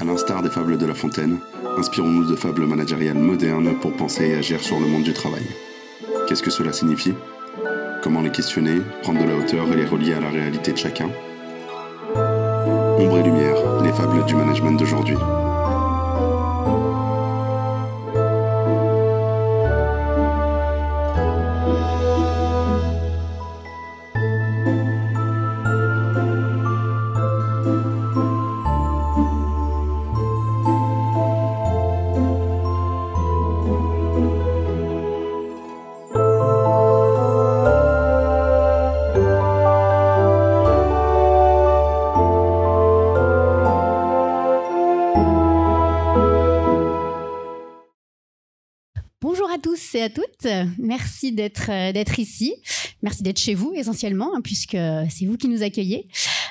À l'instar des fables de La Fontaine, inspirons-nous de fables managériales modernes pour penser et agir sur le monde du travail. Qu'est-ce que cela signifie ? Comment les questionner, prendre de la hauteur et les relier à la réalité de chacun ? Ombre et lumière, les fables du management d'aujourd'hui. Et à toutes, merci d'être ici, merci d'être chez vous essentiellement, puisque c'est vous qui nous accueillez.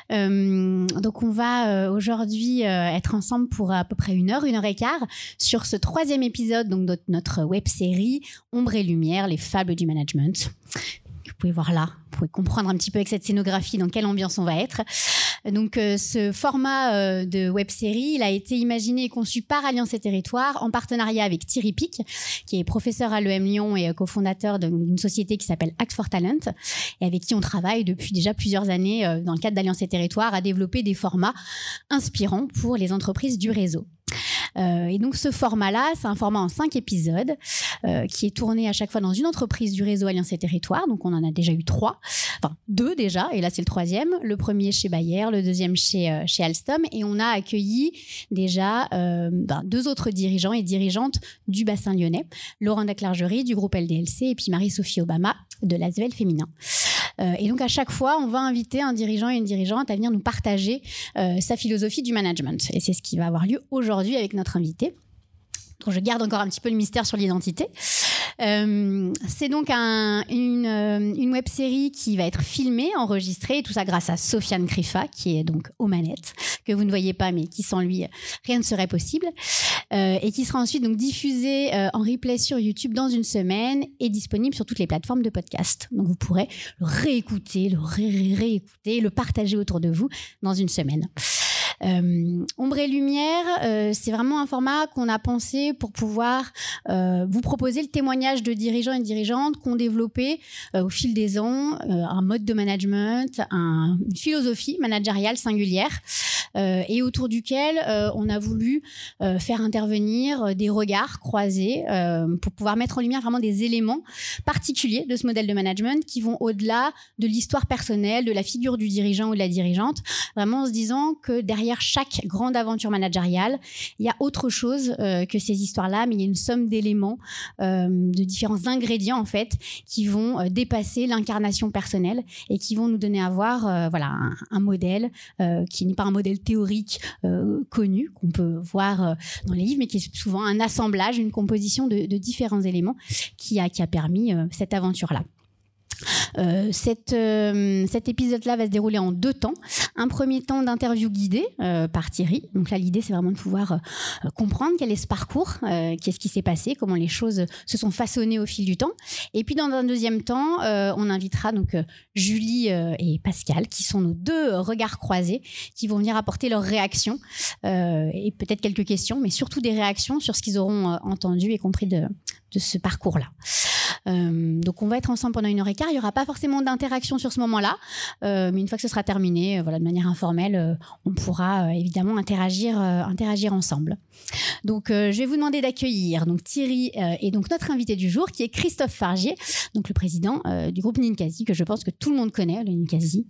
Donc on va aujourd'hui être ensemble pour à peu près 1h15 sur ce 3e épisode donc, de notre web-série Ombre et lumière, les fables du management. Vous pouvez voir là, vous pouvez comprendre un petit peu avec cette scénographie dans quelle ambiance on va être. Donc, ce format de web-série, il a été imaginé et conçu par Alliance et Territoires en partenariat avec Thierry Pic, qui est professeur à l'EM Lyon et cofondateur d'une société qui s'appelle Act for Talent et avec qui on travaille depuis déjà plusieurs années dans le cadre d'Alliance et Territoires à développer des formats inspirants pour les entreprises du réseau. Et donc ce format-là, c'est un format en 5 épisodes qui est tourné à chaque fois dans une entreprise du réseau Alliance et Territoires. Donc on en a déjà eu 2 déjà, et là c'est le 3e. Le premier chez Bayer, le 2e chez Alstom, et on a accueilli déjà 2 autres dirigeants et dirigeantes du bassin lyonnais, Laurent Daclargerie du groupe LDLC et puis Marie-Sophie Obama de l'Asvel Féminin. Et donc à chaque fois, on va inviter un dirigeant et une dirigeante à venir nous partager sa philosophie du management. Et c'est ce qui va avoir lieu aujourd'hui avec notre invité. Donc je garde encore un petit peu le mystère sur l'identité. C'est donc une web-série qui va être filmée, enregistrée, et tout ça grâce à Sofiane Krifa, qui est donc aux manettes, que vous ne voyez pas, mais qui sans lui, rien ne serait possible, et qui sera ensuite donc diffusée en replay sur YouTube dans une semaine et disponible sur toutes les plateformes de podcast. Donc vous pourrez le réécouter, le réécouter, le partager autour de vous dans une semaine. Ombre et lumière, c'est vraiment un format qu'on a pensé pour pouvoir vous proposer le témoignage de dirigeants et dirigeantes qui ont développé au fil des ans un mode de management, une philosophie managériale singulière et autour duquel on a voulu faire intervenir des regards croisés pour pouvoir mettre en lumière vraiment des éléments particuliers de ce modèle de management qui vont au-delà de l'histoire personnelle, de la figure du dirigeant ou de la dirigeante, vraiment en se disant que derrière chaque grande aventure managériale, il y a autre chose que ces histoires-là, mais il y a une somme d'éléments, de différents ingrédients en fait, qui vont dépasser l'incarnation personnelle et qui vont nous donner à voir un modèle qui n'est pas un modèle théorique connu qu'on peut voir dans les livres, mais qui est souvent un assemblage, une composition de différents éléments qui a permis cette aventure-là. Cet épisode-là va se dérouler en 2 temps. Un premier temps d'interview guidée par Thierry. Donc là, l'idée, c'est vraiment de pouvoir comprendre quel est ce parcours, qu'est-ce qui s'est passé, comment les choses se sont façonnées au fil du temps. Et puis, dans un deuxième temps, on invitera donc Julie et Pascal, qui sont nos 2 regards croisés, qui vont venir apporter leurs réactions et peut-être quelques questions, mais surtout des réactions sur ce qu'ils auront entendu et compris de ce parcours-là. Donc on va être ensemble pendant 1h15. Il n'y aura pas forcément d'interaction sur ce moment-là, mais une fois que ce sera terminé, de manière informelle, on pourra évidemment interagir ensemble. Donc je vais vous demander d'accueillir donc Thierry et donc notre invité du jour qui est Christophe Fargier, donc le président du groupe Ninkasi, que je pense que tout le monde connaît, le Ninkasi.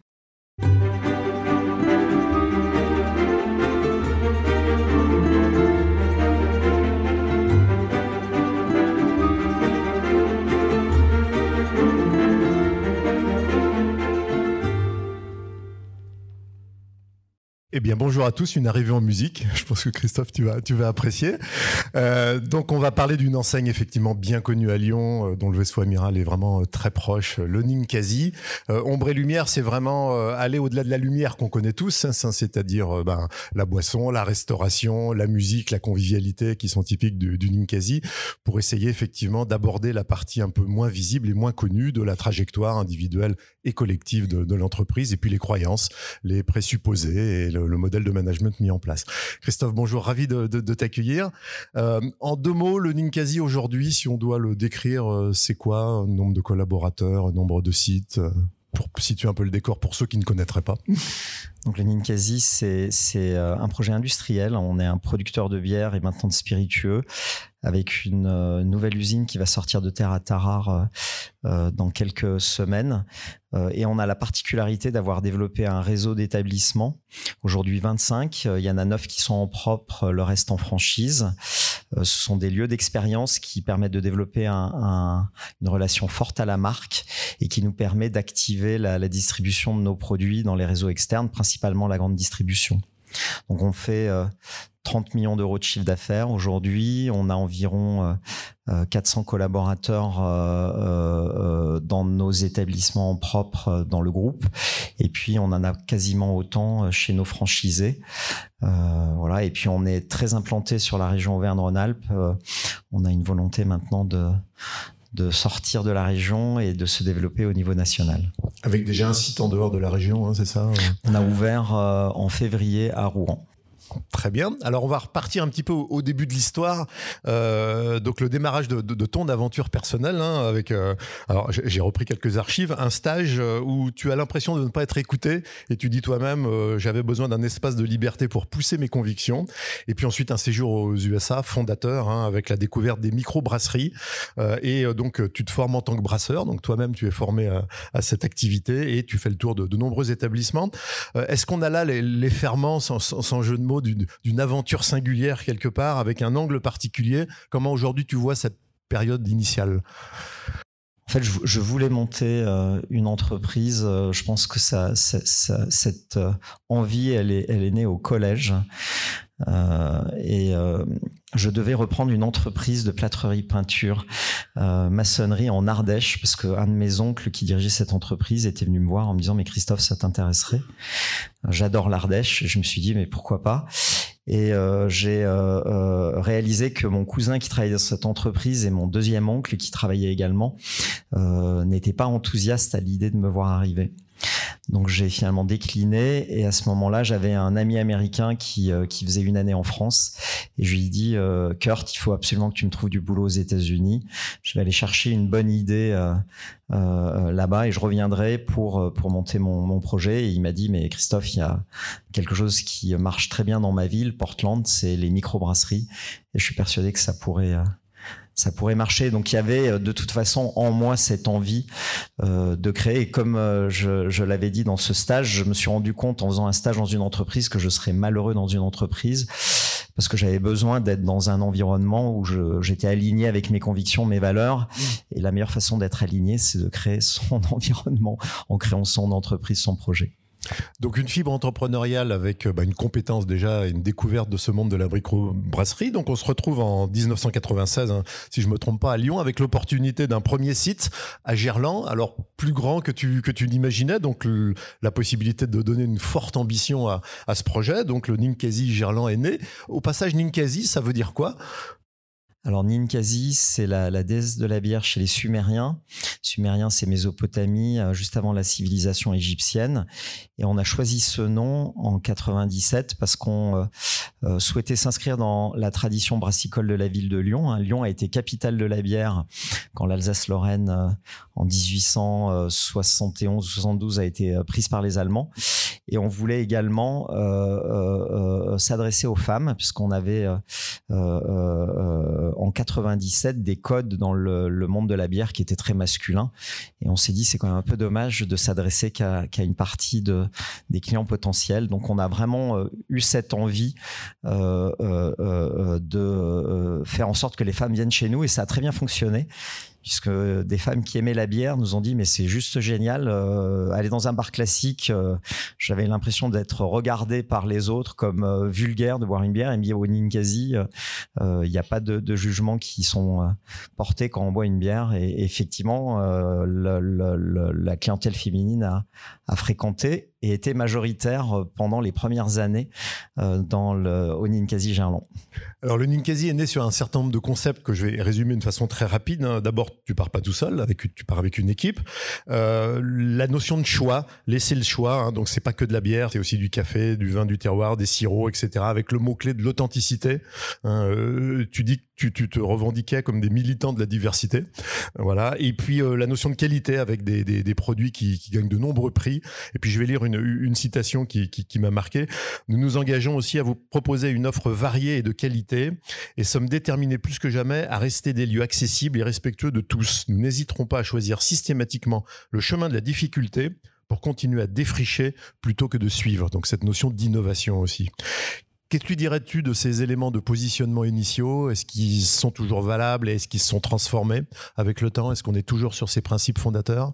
Eh bien, bonjour à tous, une arrivée en musique. Je pense que Christophe, tu vas apprécier. Donc, on va parler d'une enseigne effectivement bien connue à Lyon, dont le vaisseau amiral est vraiment très proche, le Ninkasi. Ombre et lumière, c'est vraiment aller au-delà de la lumière qu'on connaît tous, hein, c'est-à-dire la boisson, la restauration, la musique, la convivialité qui sont typiques du Ninkasi, pour essayer effectivement d'aborder la partie un peu moins visible et moins connue de la trajectoire individuelle et collective de l'entreprise, et puis les croyances, les présupposés et le modèle de management mis en place. Christophe, bonjour, ravi de t'accueillir. En 2 mots, le Ninkasi aujourd'hui, si on doit le décrire, c'est quoi? Nombre de collaborateurs, nombre de sites, pour situer un peu le décor pour ceux qui ne connaîtraient pas. Donc le Ninkasi, c'est un projet industriel. On est un producteur de bière et maintenant de spiritueux, avec une nouvelle usine qui va sortir de terre à Tarare dans quelques semaines. Et on a la particularité d'avoir développé un réseau d'établissements. Aujourd'hui 25, il y en a 9 qui sont en propre, le reste en franchise. Ce sont des lieux d'expérience qui permettent de développer une relation forte à la marque et qui nous permet d'activer la distribution de nos produits dans les réseaux externes, principalement la grande distribution. Donc on fait 30 millions d'euros de chiffre d'affaires aujourd'hui. On a environ 400 collaborateurs dans nos établissements propres dans le groupe. Et puis, on en a quasiment autant chez nos franchisés. Voilà. Et puis, on est très implanté sur la région Auvergne-Rhône-Alpes. On a une volonté maintenant de sortir de la région et de se développer au niveau national. Avec déjà un site en dehors de la région, hein, c'est ça? On a ouvert en février à Rouen. Très bien. Alors, on va repartir un petit peu au début de l'histoire. Donc, le démarrage de ton aventure personnelle, hein, avec. Alors, j'ai repris quelques archives. Un stage où tu as l'impression de ne pas être écouté et tu dis toi-même, j'avais besoin d'un espace de liberté pour pousser mes convictions. Et puis ensuite, un séjour aux USA, fondateur, hein, avec la découverte des micro-brasseries. Et donc, tu te formes en tant que brasseur. Donc, toi-même, tu es formé à cette activité et tu fais le tour de nombreux établissements. Est-ce qu'on a là les ferments, sans jeu de mots, d'une aventure singulière quelque part, avec un angle particulier? Comment aujourd'hui tu vois cette période initiale? En fait, je voulais monter une entreprise. Je pense que cette envie, elle est née au collège. Je devais reprendre une entreprise de plâtrerie peinture, maçonnerie en Ardèche, parce qu'un de mes oncles qui dirigeait cette entreprise était venu me voir en me disant « Mais Christophe, ça t'intéresserait ?» J'adore l'Ardèche. Je me suis dit « Mais pourquoi pas ?» Et j'ai réalisé que mon cousin qui travaillait dans cette entreprise et mon deuxième oncle qui travaillait également n'étaient pas enthousiastes à l'idée de me voir arriver. Donc j'ai finalement décliné et à ce moment-là, j'avais un ami américain qui faisait 1 année en France et je lui ai dit Kurt, il faut absolument que tu me trouves du boulot aux États-Unis. Je vais aller chercher une bonne idée là-bas et je reviendrai pour monter mon projet. Et il m'a dit mais Christophe, il y a quelque chose qui marche très bien dans ma ville, Portland, c'est les microbrasseries et je suis persuadé que ça pourrait marcher. Donc il y avait de toute façon en moi cette envie de créer. Et comme je l'avais dit dans ce stage, je me suis rendu compte en faisant un stage dans une entreprise que je serais malheureux dans une entreprise parce que j'avais besoin d'être dans un environnement où j'étais aligné avec mes convictions, mes valeurs. Et la meilleure façon d'être aligné, c'est de créer son environnement en créant son entreprise, son projet. Donc une fibre entrepreneuriale avec une compétence déjà, une découverte de ce monde de la microbrasserie. Donc on se retrouve en 1996, hein, si je me trompe pas, à Lyon, avec l'opportunité d'un premier site à Gerland, alors plus grand que tu l'imaginais, donc la possibilité de donner une forte ambition à ce projet. Donc le Ninkasi Gerland est né. Au passage, Ninkasi, ça veut dire quoi ? Alors Ninkasi, c'est la déesse de la bière chez les Sumériens. Sumériens, c'est Mésopotamie, juste avant la civilisation égyptienne. Et on a choisi ce nom en 97 parce qu'on souhaitait s'inscrire dans la tradition brassicole de la ville de Lyon. Lyon a été capitale de la bière quand l'Alsace-Lorraine, en 1871-72, a été prise par les Allemands. Et on voulait également s'adresser aux femmes puisqu'on avait en 97 des codes dans le monde de la bière qui étaient très masculins et on s'est dit c'est quand même un peu dommage de s'adresser qu'à une partie des clients potentiels. Donc on a vraiment eu cette envie de faire en sorte que les femmes viennent chez nous et ça a très bien fonctionné puisque des femmes qui aimaient la bière nous ont dit mais c'est juste génial, aller dans un bar classique, j'avais l'impression d'être regardé par les autres comme vulgaire de boire une bière, et bien au Ninkasi il n'y a pas de jugements qui sont portés quand on boit une bière et effectivement la clientèle féminine a fréquenté et était majoritaire pendant les premières années au Ninkasi Gerland. Alors le Ninkasi est né sur un certain nombre de concepts que je vais résumer de façon très rapide. D'abord, tu pars pas tout seul, tu pars avec une équipe. La notion de choix, laisser le choix, donc c'est pas que de la bière, c'est aussi du café, du vin du terroir, des sirops, etc. Avec le mot-clé de l'authenticité. Tu dis que tu te revendiquais comme des militants de la diversité. Voilà. Et puis la notion de qualité avec des produits qui gagnent de nombreux prix. Et puis je vais lire une citation qui m'a marqué. Nous nous engageons aussi à vous proposer une offre variée et de qualité et sommes déterminés plus que jamais à rester des lieux accessibles et respectueux de tous. Nous n'hésiterons pas à choisir systématiquement le chemin de la difficulté pour continuer à défricher plutôt que de suivre. Donc cette notion d'innovation aussi. Qu'est-ce que dirais-tu de ces éléments de positionnement initiaux? Est-ce qu'ils sont toujours valables et est-ce qu'ils se sont transformés avec le temps? Est-ce qu'on est toujours sur ces principes fondateurs?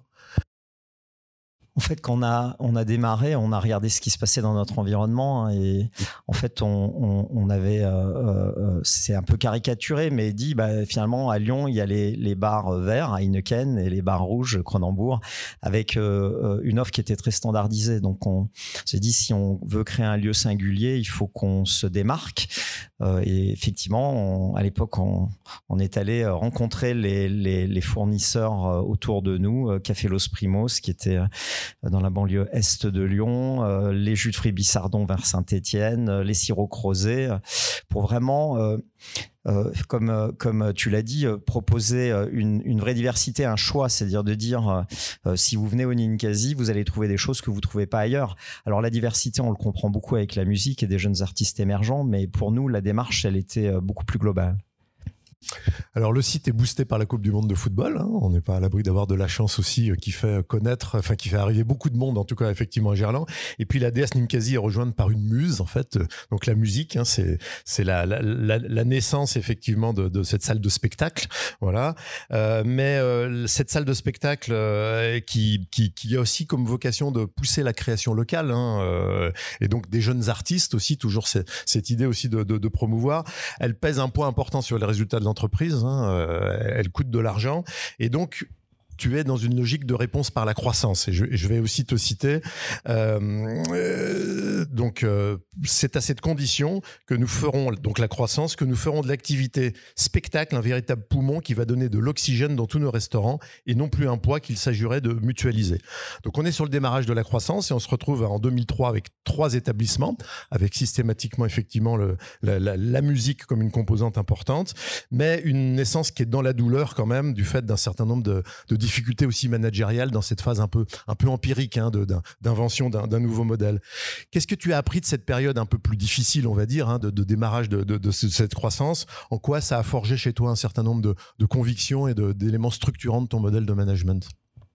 En fait, quand on a démarré, on a regardé ce qui se passait dans notre environnement et en fait, on avait, c'est un peu caricaturé, mais dit, finalement, à Lyon, il y a les bars verts, Heineken, et les bars rouges, Cronenbourg, avec une offre qui était très standardisée. Donc, on s'est dit, si on veut créer un lieu singulier, il faut qu'on se démarque. Et effectivement, à l'époque, on est allé rencontrer les fournisseurs autour de nous, Café Los Primos, qui était dans la banlieue est de Lyon, les jus de fruits Bissardon vers Saint-Étienne, les sirops Crozet, pour vraiment, comme tu l'as dit, proposer une vraie diversité, un choix, c'est-à-dire de dire si vous venez au Ninkasi, vous allez trouver des choses que vous ne trouvez pas ailleurs. Alors la diversité, on le comprend beaucoup avec la musique et des jeunes artistes émergents, mais pour nous, la démarche, elle était beaucoup plus globale. Alors le site est boosté par la Coupe du Monde de football, on n'est pas à l'abri d'avoir de la chance aussi qui fait connaître, enfin qui fait arriver beaucoup de monde en tout cas effectivement à Gerland. Et puis la déesse Ninkasi est rejointe par une muse en fait, donc la musique, c'est la naissance effectivement de cette salle de spectacle, voilà. Mais cette salle de spectacle qui a aussi comme vocation de pousser la création locale, et donc des jeunes artistes aussi, toujours cette idée aussi de promouvoir, elle pèse un poids important sur les résultats de l'entreprise, elle coûte de l'argent et donc tu es dans une logique de réponse par la croissance. Et je vais aussi te citer. C'est à cette condition que nous ferons, donc la croissance, que nous ferons de l'activité spectacle un véritable poumon qui va donner de l'oxygène dans tous nos restaurants et non plus un poids qu'il s'agirait de mutualiser. Donc on est sur le démarrage de la croissance et on se retrouve en 2003 avec 3 établissements, avec systématiquement effectivement la musique comme une composante importante, mais une naissance qui est dans la douleur quand même du fait d'un certain nombre de difficultés aussi managériales dans cette phase un peu empirique d'invention d'un nouveau modèle. Qu'est-ce que tu as appris de cette période un peu plus difficile, on va dire, de démarrage de cette croissance? En quoi ça a forgé chez toi un certain nombre de convictions et d'éléments structurants de ton modèle de management?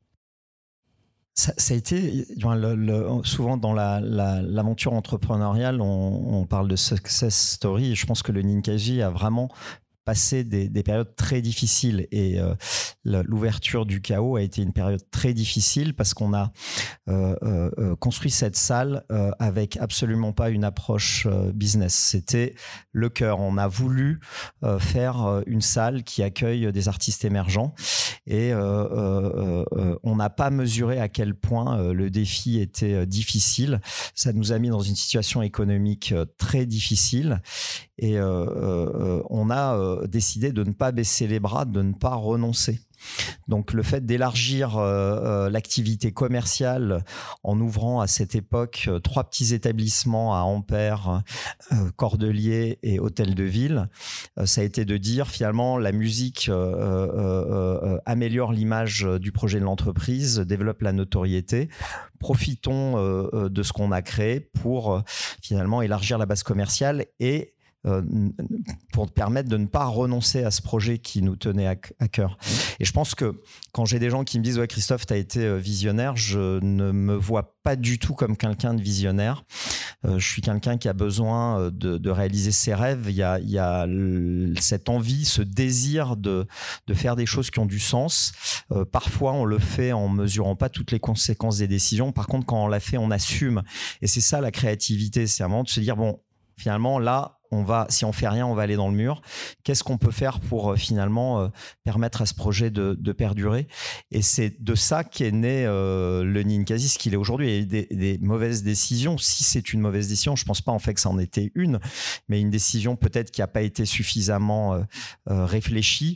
Ça a été souvent dans l'aventure entrepreneuriale, on parle de success story et je pense que le Ninkasi a vraiment passé des périodes très difficiles et l'ouverture du chaos a été une période très difficile parce qu'on a construit cette salle avec absolument pas une approche business. C'était le cœur. On a voulu faire une salle qui accueille des artistes émergents et on n'a pas mesuré à quel point le défi était difficile. Ça nous a mis dans une situation économique très difficile et on a décidé de ne pas baisser les bras, de ne pas renoncer. Donc le fait d'élargir l'activité commerciale en ouvrant à cette époque 3 petits établissements à Ampère, Cordeliers et Hôtel de Ville, ça a été de dire finalement la musique améliore l'image du projet de l'entreprise, développe la notoriété. Profitons de ce qu'on a créé pour finalement élargir la base commerciale et pour permettre de ne pas renoncer à ce projet qui nous tenait à cœur. Et je pense que quand j'ai des gens qui me disent « Ouais, Christophe, tu as été visionnaire », je ne me vois pas du tout comme quelqu'un de visionnaire. Je suis quelqu'un qui a besoin de réaliser ses rêves. Il y a cette envie, ce désir de faire des choses qui ont du sens. Parfois, on le fait en mesurant pas toutes les conséquences des décisions. Par contre, quand on l'a fait, on assume. Et c'est ça la créativité. C'est un moment de se dire « Bon, finalement, là, si on fait rien, on va aller dans le mur. Qu'est-ce qu'on peut faire pour finalement permettre à ce projet de perdurer? Et c'est de ça qu'est né le Ninkasi, ce qu'il est aujourd'hui. Il y a eu des mauvaises décisions. Si c'est une mauvaise décision, je pense pas en fait que ça en était une, mais une décision peut-être qui n'a pas été suffisamment réfléchie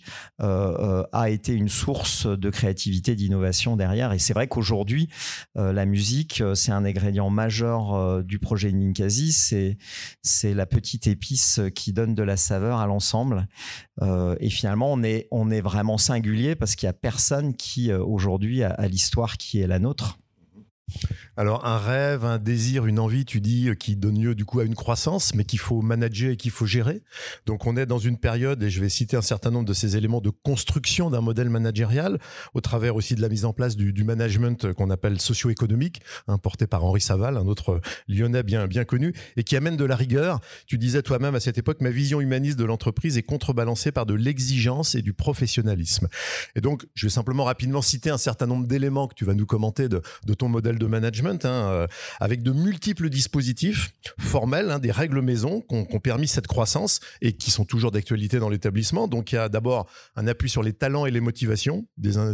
a été une source de créativité, d'innovation derrière. Et c'est vrai qu'aujourd'hui, la musique, c'est un ingrédient majeur du projet Ninkasi. C'est la petite épice qui donne de la saveur à l'ensemble. Et finalement, on est vraiment singulier parce qu'il n'y a personne qui, aujourd'hui, a l'histoire qui est la nôtre. Alors un rêve, un désir, une envie, tu dis, qui donne lieu du coup à une croissance, mais qu'il faut manager et qu'il faut gérer. Donc on est dans une période, et je vais citer un certain nombre de ces éléments de construction d'un modèle managérial, au travers aussi de la mise en place du management qu'on appelle socio-économique, porté par Henri Saval, un autre Lyonnais bien connu, et qui amène de la rigueur. Tu disais toi-même à cette époque, ma vision humaniste de l'entreprise est contrebalancée par de l'exigence et du professionnalisme. Et donc je vais simplement rapidement citer un certain nombre d'éléments que tu vas nous commenter de ton modèle de management, avec de multiples dispositifs formels, des règles maison qui ont permis cette croissance et qui sont toujours d'actualité dans l'établissement. Donc il y a d'abord un appui sur les talents et les motivations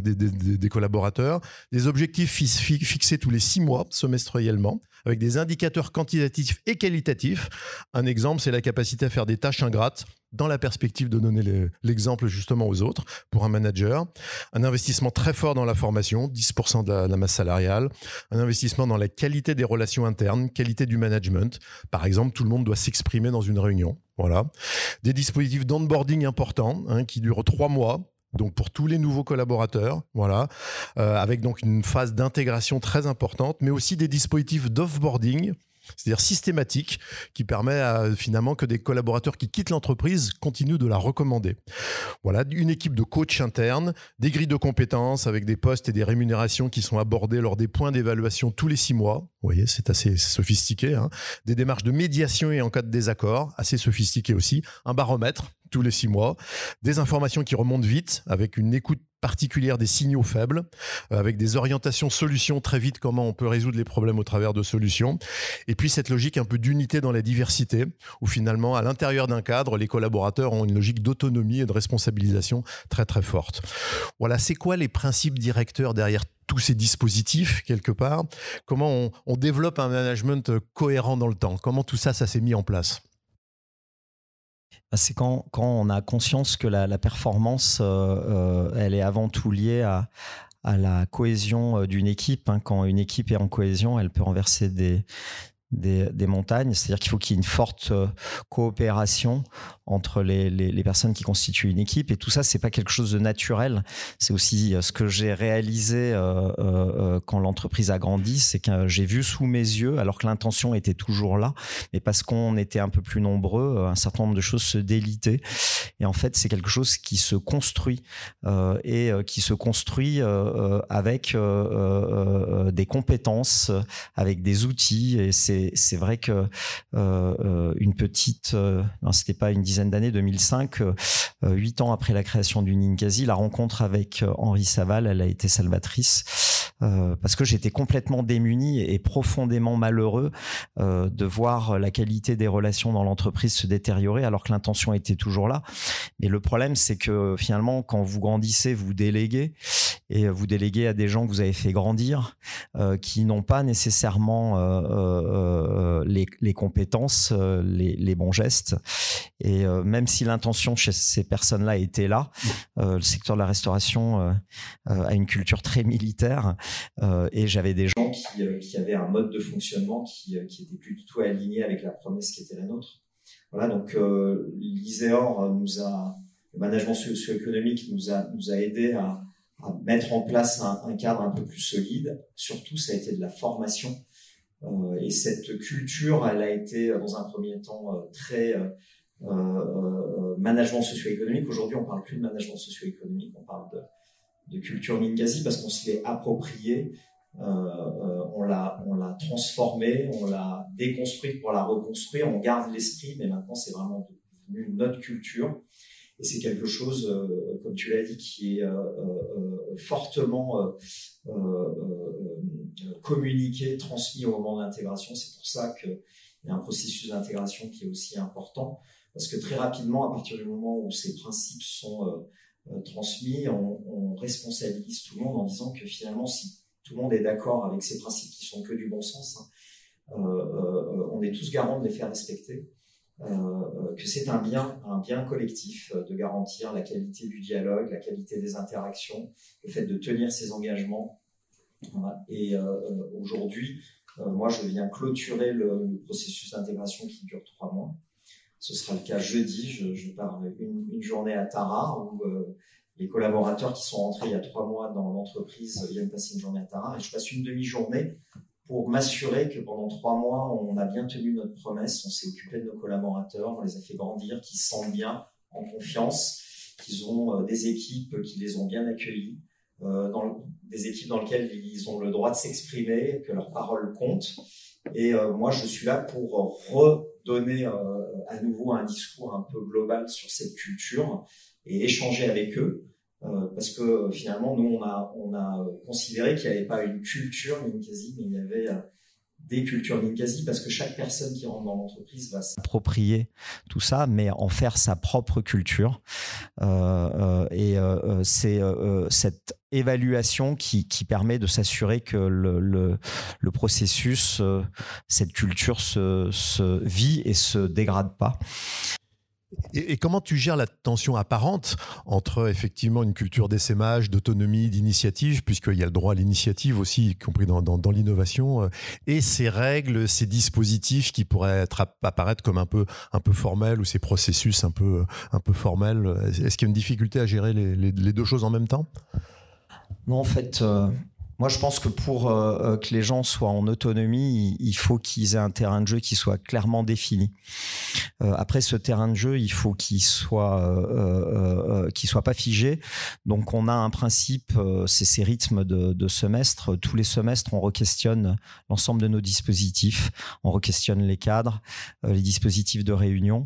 des collaborateurs, des objectifs fixés tous les 6 mois semestriellement, avec des indicateurs quantitatifs et qualitatifs. Un exemple, c'est la capacité à faire des tâches ingrates dans la perspective de donner l'exemple justement aux autres pour un manager. Un investissement très fort dans la formation, 10% de la masse salariale. Un investissement dans la qualité des relations internes, qualité du management. Par exemple, tout le monde doit s'exprimer dans une réunion. Voilà. Des dispositifs d'onboarding importants qui durent 3 mois. Donc pour tous les nouveaux collaborateurs, voilà, avec donc une phase d'intégration très importante, mais aussi des dispositifs d'offboarding, c'est-à-dire systématique, qui permet finalement que des collaborateurs qui quittent l'entreprise continuent de la recommander. Voilà, une équipe de coachs internes, des grilles de compétences avec des postes et des rémunérations qui sont abordés lors des points d'évaluation tous les 6 mois. Vous voyez, c'est assez sophistiqué. Des démarches de médiation et en cas de désaccord, assez sophistiquées aussi. Un baromètre tous les 6 mois. Des informations qui remontent vite avec une écoute particulière des signaux faibles, avec des orientations solutions très vite, comment on peut résoudre les problèmes au travers de solutions. Et puis cette logique un peu d'unité dans la diversité, où finalement, à l'intérieur d'un cadre, les collaborateurs ont une logique d'autonomie et de responsabilisation très très forte. Voilà, c'est quoi les principes directeurs derrière tous ces dispositifs, quelque part? Comment on développe un management cohérent dans le temps? Comment tout ça s'est mis en place? C'est quand on a conscience que la performance, elle est avant tout liée à la cohésion d'une équipe. Quand une équipe est en cohésion, elle peut renverser des montagnes. C'est-à-dire qu'il faut qu'il y ait une forte coopération entre les personnes qui constituent une équipe. Et tout ça, c'est pas quelque chose de naturel. C'est aussi ce que j'ai réalisé quand l'entreprise a grandi, c'est que j'ai vu sous mes yeux, alors que l'intention était toujours là, mais parce qu'on était un peu plus nombreux, un certain nombre de choses se délitaient. Et en fait, c'est quelque chose qui se construit qui se construit avec des compétences, avec des outils. Et c'est vrai que une petite, c'était pas une dizaine d'années, 2005, 8 ans après la création du Ninkasi, la rencontre avec Henri Saval, elle a été salvatrice. Parce que j'étais complètement démuni et profondément malheureux de voir la qualité des relations dans l'entreprise se détériorer alors que l'intention était toujours là. Mais le problème, c'est que finalement, quand vous grandissez, vous déléguez et vous déléguez à des gens que vous avez fait grandir, qui n'ont pas nécessairement les compétences, les bons gestes. Et même si l'intention chez ces personnes-là était là, le secteur de la restauration a une culture très militaire. Et j'avais des gens qui avaient un mode de fonctionnement qui était plus du tout aligné avec la promesse qui était la nôtre. Voilà, donc l'ISEOR le management socio-économique nous a aidé à mettre en place un cadre un peu plus solide. Surtout, ça a été de la formation. Et cette culture, elle a été dans un premier temps très management socio-économique. Aujourd'hui, on parle plus de management socio-économique, on parle de culture Ninkasi parce qu'on se l'est approprié, on l'a transformé, on l'a déconstruite pour la reconstruire, on garde l'esprit, mais maintenant c'est vraiment devenu notre culture. Et c'est quelque chose, comme tu l'as dit, qui est fortement communiqué, transmis au moment de l'intégration. C'est pour ça Il y a un processus d'intégration qui est aussi important, parce que très rapidement, à partir du moment où ces principes sont transmis, on responsabilise tout le monde en disant que finalement, si tout le monde est d'accord avec ces principes qui sont que du bon sens, on est tous garants de les faire respecter, que c'est un bien collectif de garantir la qualité du dialogue, la qualité des interactions, le fait de tenir ses engagements. Voilà. Et aujourd'hui, moi, je viens clôturer le processus d'intégration qui dure 3 mois. Ce sera le cas jeudi. Je pars une journée à Tara où les collaborateurs qui sont rentrés il y a 3 mois dans l'entreprise viennent passer une journée à Tara. Et je passe une demi-journée pour m'assurer que pendant 3 mois, on a bien tenu notre promesse, on s'est occupé de nos collaborateurs, on les a fait grandir, qu'ils se sentent bien, en confiance, qu'ils ont des équipes qui les ont bien accueillis, des équipes dans lesquelles ils ont le droit de s'exprimer, que leurs paroles comptent. Et moi, je suis là pour redonner à nouveau un discours un peu global sur cette culture et échanger avec eux. Parce que finalement, nous, on a considéré qu'il n'y avait pas une culture Ninkasi, mais il y avait des cultures Ninkasi, parce que chaque personne qui rentre dans l'entreprise va s'approprier tout ça, mais en faire sa propre culture. C'est cette évaluation qui permet de s'assurer que le processus, cette culture se vit et se dégrade pas. Et comment tu gères la tension apparente entre effectivement une culture d'essaimage, d'autonomie, d'initiative, puisqu'il y a le droit à l'initiative aussi, y compris dans l'innovation, et ces règles, ces dispositifs qui pourraient apparaître comme un peu formels, ou ces processus un peu formels. Est-ce qu'il y a une difficulté à gérer les deux choses en même temps ? Non, en fait... Moi, je pense que pour que les gens soient en autonomie, il faut qu'ils aient un terrain de jeu qui soit clairement défini. Après, ce terrain de jeu, il faut qu'il soit pas figé. Donc, on a un principe, c'est ces rythmes de semestre. Tous les semestres, on re-questionne l'ensemble de nos dispositifs. On re-questionne les cadres, les dispositifs de réunion.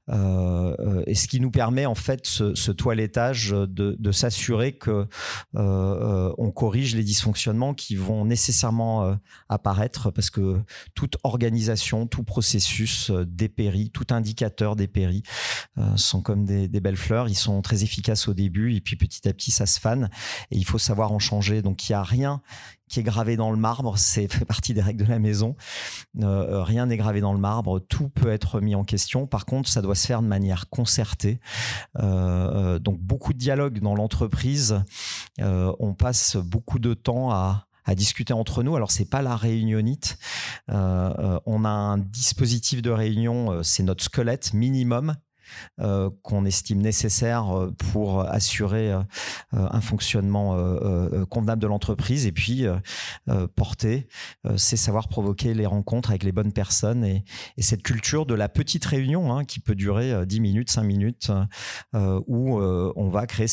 Et ce qui nous permet, en fait, ce toilettage de s'assurer que on corrige les dysfonctionnements qui vont nécessairement apparaître, parce que toute organisation, tout processus dépérit, tout indicateur dépérit, sont comme des belles fleurs, ils sont très efficaces au début et puis petit à petit ça se fane et il faut savoir en changer. Donc il n'y a rien qui est gravé dans le marbre, c'est fait partie des règles de la maison. Rien n'est gravé dans le marbre, tout peut être mis en question. Par contre, ça doit se faire de manière concertée. Donc beaucoup de dialogue dans l'entreprise. On passe beaucoup de temps à discuter entre nous. Alors, c'est pas la réunionite. On a un dispositif de réunion, c'est notre squelette minimum, qu'on estime nécessaire pour assurer un fonctionnement convenable de l'entreprise. Et puis, porter, c'est savoir provoquer les rencontres avec les bonnes personnes et cette culture de la petite réunion qui peut durer 10 minutes, 5 minutes, où on va créer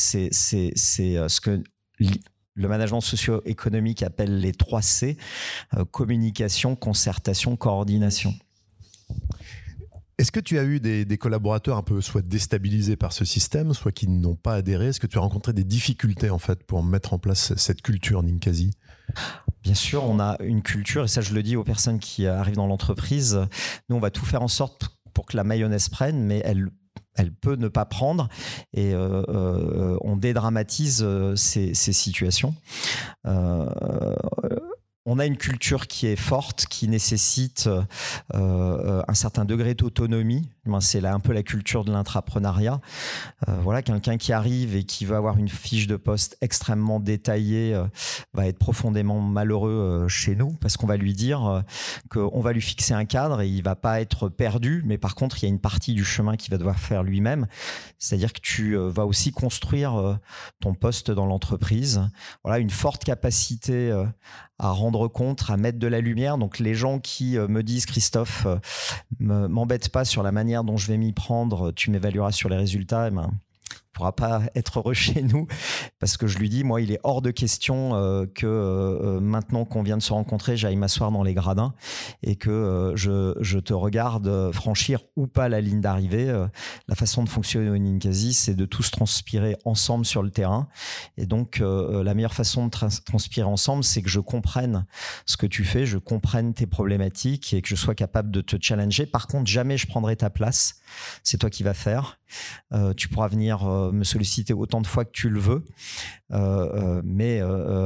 ce que le management socio-économique appelle les 3 C, communication, concertation, coordination. Est-ce que tu as eu des collaborateurs un peu soit déstabilisés par ce système, soit qui n'ont pas adhéré ? Est-ce que tu as rencontré des difficultés en fait pour mettre en place cette culture Ninkasi ? Bien sûr, on a une culture, et ça je le dis aux personnes qui arrivent dans l'entreprise, nous on va tout faire en sorte pour que la mayonnaise prenne, mais elle peut ne pas prendre, et on dédramatise ces situations. On a une culture qui est forte, qui nécessite un certain degré d'autonomie. C'est là un peu la culture de l'intrapreneuriat. Voilà, quelqu'un qui arrive et qui va avoir une fiche de poste extrêmement détaillée va être profondément malheureux chez nous, parce qu'on va lui dire qu'on va lui fixer un cadre et il va pas être perdu, mais par contre il y a une partie du chemin qu'il va devoir faire lui-même. C'est-à-dire que tu vas aussi construire ton poste dans l'entreprise. Voilà, une forte capacité à rendre compte, à mettre de la lumière. Donc les gens qui me disent « Christophe, m'embête pas sur la manière dont je vais m'y prendre, tu m'évalueras sur les résultats », il pourra pas être heureux chez nous, parce que je lui dis, moi, il est hors de question que maintenant qu'on vient de se rencontrer, j'aille m'asseoir dans les gradins et que je te regarde franchir ou pas la ligne d'arrivée. La façon de fonctionner au Ninkasi, c'est de tous transpirer ensemble sur le terrain. Et donc, la meilleure façon de transpirer ensemble, c'est que je comprenne ce que tu fais, je comprenne tes problématiques et que je sois capable de te challenger. Par contre, jamais je prendrai ta place. C'est toi qui vas faire. Tu pourras venir me solliciter autant de fois que tu le veux, mais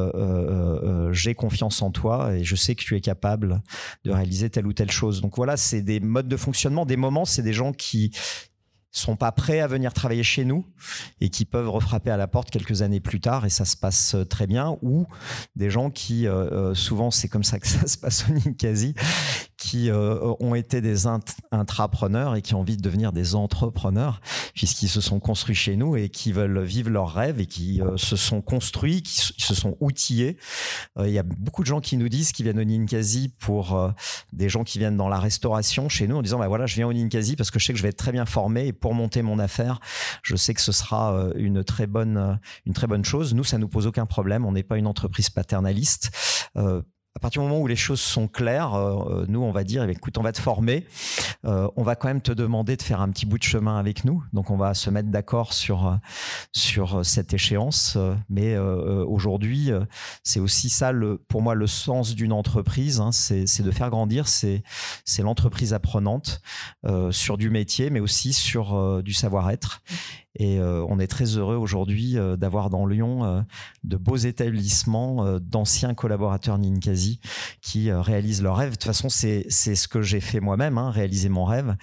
j'ai confiance en toi et je sais que tu es capable de réaliser telle ou telle chose. Donc voilà, c'est des modes de fonctionnement. Des moments, c'est des gens qui sont pas prêts à venir travailler chez nous et qui peuvent refrapper à la porte quelques années plus tard et ça se passe très bien, ou des gens qui, souvent c'est comme ça que ça se passe au Ninkasi, qui ont été des intrapreneurs et qui ont envie de devenir des entrepreneurs puisqu'ils se sont construits chez nous et qui veulent vivre leurs rêves et qui se sont construits, qui se sont outillés. Il y a beaucoup de gens qui nous disent qu'ils viennent au Ninkasi pour des gens qui viennent dans la restauration chez nous en disant voilà, je viens au Ninkasi parce que je sais que je vais être très bien formé et pour monter mon affaire, je sais que ce sera une très bonne chose. Nous, ça nous pose aucun problème. On n'est pas une entreprise paternaliste. À partir du moment où les choses sont claires, nous, on va dire, écoute, on va te former. On va quand même te demander de faire un petit bout de chemin avec nous. Donc, on va se mettre d'accord sur cette échéance. Mais aujourd'hui, c'est aussi ça, pour moi, le sens d'une entreprise. Hein, c'est de faire grandir. C'est l'entreprise apprenante sur du métier, mais aussi sur du savoir-être. Et on est très heureux aujourd'hui d'avoir dans Lyon de beaux établissements d'anciens collaborateurs Ninkasi qui réalisent leurs rêves. De toute façon, c'est ce que j'ai fait moi-même, hein, réaliser mon rêve.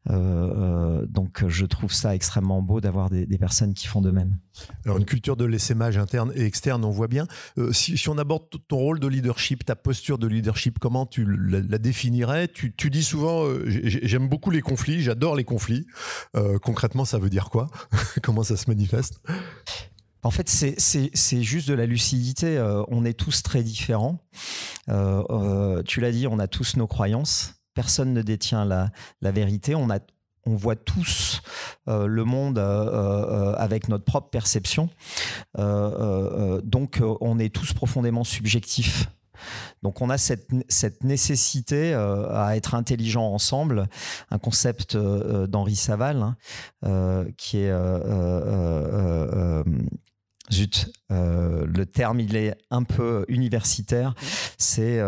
Donc, je trouve ça extrêmement beau d'avoir des personnes qui font de même. Alors, une culture de l'essaimage interne et externe, on voit bien. Si on aborde ton rôle de leadership, ta posture de leadership, comment tu la définirais ? Tu dis souvent, j'aime beaucoup les conflits, j'adore les conflits. Concrètement, ça veut dire quoi ? Comment ça se manifeste ? En fait, c'est juste de la lucidité. On est tous très différents. Tu l'as dit, on a tous nos croyances. Personne ne détient la vérité. On voit tous le monde avec notre propre perception. Donc, on est tous profondément subjectifs. Donc on a cette nécessité à être intelligents ensemble, un concept d'Henri Saval qui est le terme il est un peu universitaire, c'est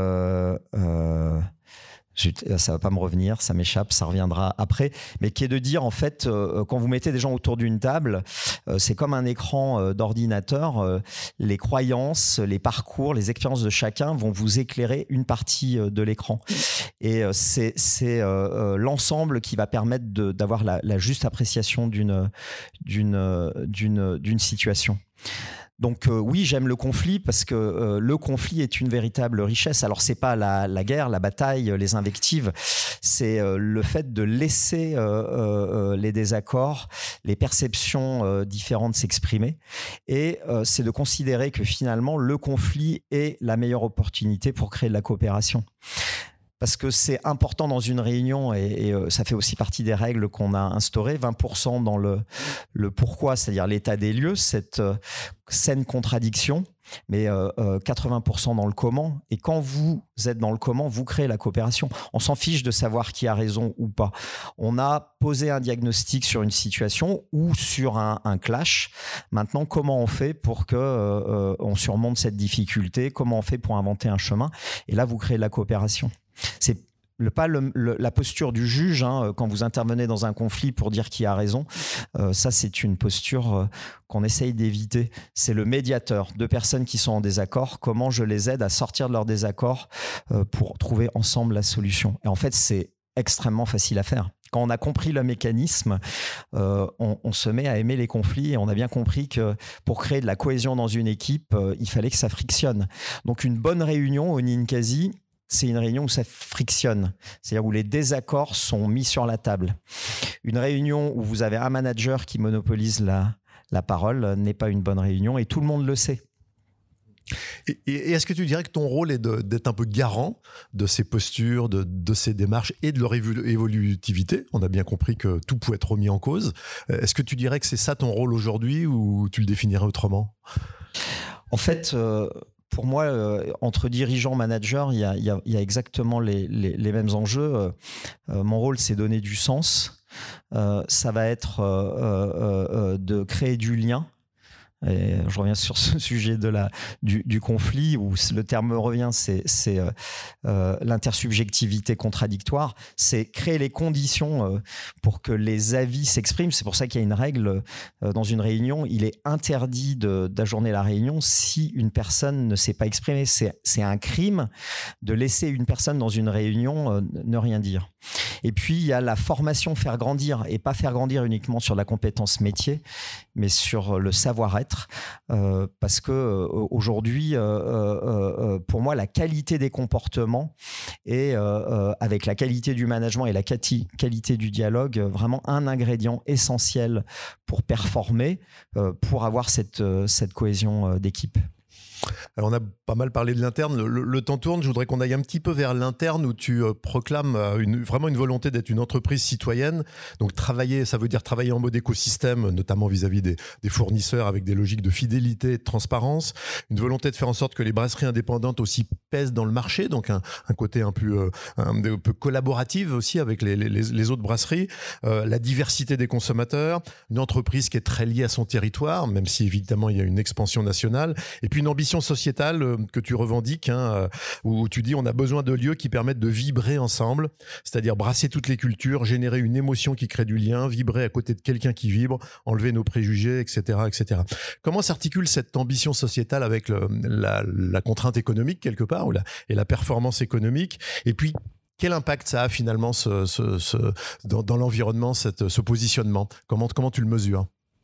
ça va pas me revenir, ça m'échappe, ça reviendra après, mais qui est de dire en fait quand vous mettez des gens autour d'une table, c'est comme un écran d'ordinateur, les croyances, les parcours, les expériences de chacun vont vous éclairer une partie de l'écran et c'est l'ensemble qui va permettre d'avoir la juste appréciation d'une situation. Donc oui, j'aime le conflit parce que le conflit est une véritable richesse. Alors c'est pas la guerre, la bataille, les invectives, c'est le fait de laisser les désaccords, les perceptions différentes s'exprimer et c'est de considérer que finalement le conflit est la meilleure opportunité pour créer de la coopération. Parce que c'est important dans une réunion et ça fait aussi partie des règles qu'on a instaurées, 20% dans le pourquoi, c'est-à-dire l'état des lieux, cette saine contradiction, mais 80% dans le comment. Et quand vous êtes dans le comment, vous créez la coopération. On s'en fiche de savoir qui a raison ou pas. On a posé un diagnostic sur une situation ou sur un clash. Maintenant, comment on fait pour que on surmonte cette difficulté ? Comment on fait pour inventer un chemin ? Et là, vous créez la coopération. C'est pas la posture du juge quand vous intervenez dans un conflit pour dire qui a raison. Ça, c'est une posture qu'on essaye d'éviter. C'est le médiateur, deux personnes qui sont en désaccord. Comment je les aide à sortir de leur désaccord pour trouver ensemble la solution. Et en fait, c'est extrêmement facile à faire. Quand on a compris le mécanisme, on se met à aimer les conflits et on a bien compris que pour créer de la cohésion dans une équipe, il fallait que ça frictionne. Donc une bonne réunion au Ninkasi, c'est une réunion où ça frictionne, c'est-à-dire où les désaccords sont mis sur la table. Une réunion où vous avez un manager qui monopolise la parole n'est pas une bonne réunion et tout le monde le sait. Et est-ce que tu dirais que ton rôle est d'être un peu garant de ces postures, de ces démarches et de leur évolutivité? On a bien compris que tout pouvait être remis en cause. Est-ce que tu dirais que c'est ça ton rôle aujourd'hui ou tu le définirais autrement? En fait, pour moi, entre dirigeants, managers, il y a exactement les mêmes enjeux. Mon rôle, c'est donner du sens. Ça va être de créer du lien. Et je reviens sur ce sujet du conflit où le terme me revient, c'est l'intersubjectivité contradictoire. C'est créer les conditions pour que les avis s'expriment. C'est pour ça qu'il y a une règle dans une réunion. Il est interdit d'ajourner la réunion si une personne ne s'est pas exprimée. C'est un crime de laisser une personne dans une réunion ne rien dire. Et puis, il y a la formation faire grandir, et pas faire grandir uniquement sur la compétence métier, mais sur le savoir-être. Parce que aujourd'hui, pour moi, la qualité des comportements et avec la qualité du management et la qualité du dialogue, vraiment un ingrédient essentiel pour performer, pour avoir cette cohésion d'équipe. Alors on a pas mal parlé de l'interne, le temps tourne, je voudrais qu'on aille un petit peu vers l'interne où tu proclames vraiment une volonté d'être une entreprise citoyenne. Donc travailler, ça veut dire travailler en mode écosystème, notamment vis-à-vis des fournisseurs avec des logiques de fidélité et de transparence. Une volonté de faire en sorte que les brasseries indépendantes aussi pèsent dans le marché, donc un côté un peu collaboratif aussi avec les autres brasseries. La diversité des consommateurs, une entreprise qui est très liée à son territoire, même si évidemment il y a une expansion nationale, et puis une ambition sociétale que tu revendiques, où tu dis on a besoin de lieux qui permettent de vibrer ensemble, c'est-à-dire brasser toutes les cultures, générer une émotion qui crée du lien, vibrer à côté de quelqu'un qui vibre, enlever nos préjugés, etc., etc. Comment s'articule cette ambition sociétale avec la contrainte économique quelque part et la performance économique? Et puis quel impact ça a finalement dans l'environnement, ce positionnement? Comment tu le mesures?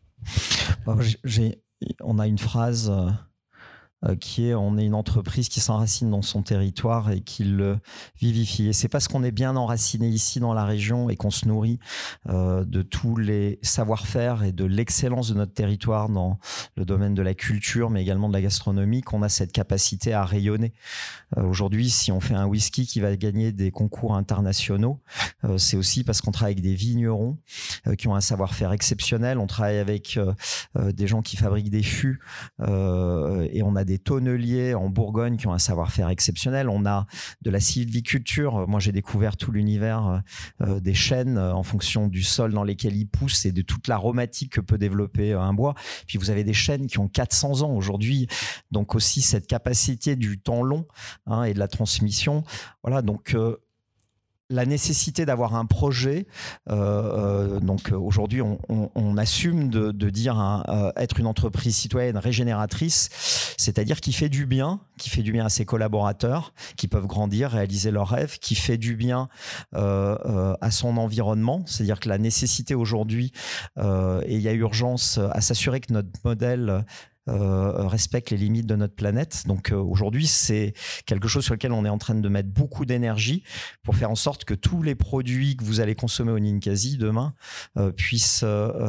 On a une phrase qui est on est une entreprise qui s'enracine dans son territoire et qui le vivifie. Et c'est parce qu'on est bien enraciné ici dans la région et qu'on se nourrit de tous les savoir-faire et de l'excellence de notre territoire dans le domaine de la culture, mais également de la gastronomie, qu'on a cette capacité à rayonner. Aujourd'hui, si on fait un whisky qui va gagner des concours internationaux, c'est aussi parce qu'on travaille avec des vignerons qui ont un savoir-faire exceptionnel. On travaille avec des gens qui fabriquent des fûts et on a des tonneliers en Bourgogne qui ont un savoir-faire exceptionnel. On a de la sylviculture. Moi, j'ai découvert tout l'univers des chênes en fonction du sol dans lequel ils poussent et de toute l'aromatique que peut développer un bois. Puis vous avez des chênes qui ont 400 ans aujourd'hui. Donc aussi cette capacité du temps long et de la transmission. Voilà, donc la nécessité d'avoir un projet. Donc aujourd'hui, on assume de dire être une entreprise citoyenne régénératrice, c'est-à-dire qui fait du bien à ses collaborateurs, qui peuvent grandir, réaliser leurs rêves, qui fait du bien à son environnement. C'est-à-dire que la nécessité aujourd'hui, et il y a urgence à s'assurer que notre modèle respecte les limites de notre planète. Donc aujourd'hui, c'est quelque chose sur lequel on est en train de mettre beaucoup d'énergie pour faire en sorte que tous les produits que vous allez consommer au Ninkasi demain puissent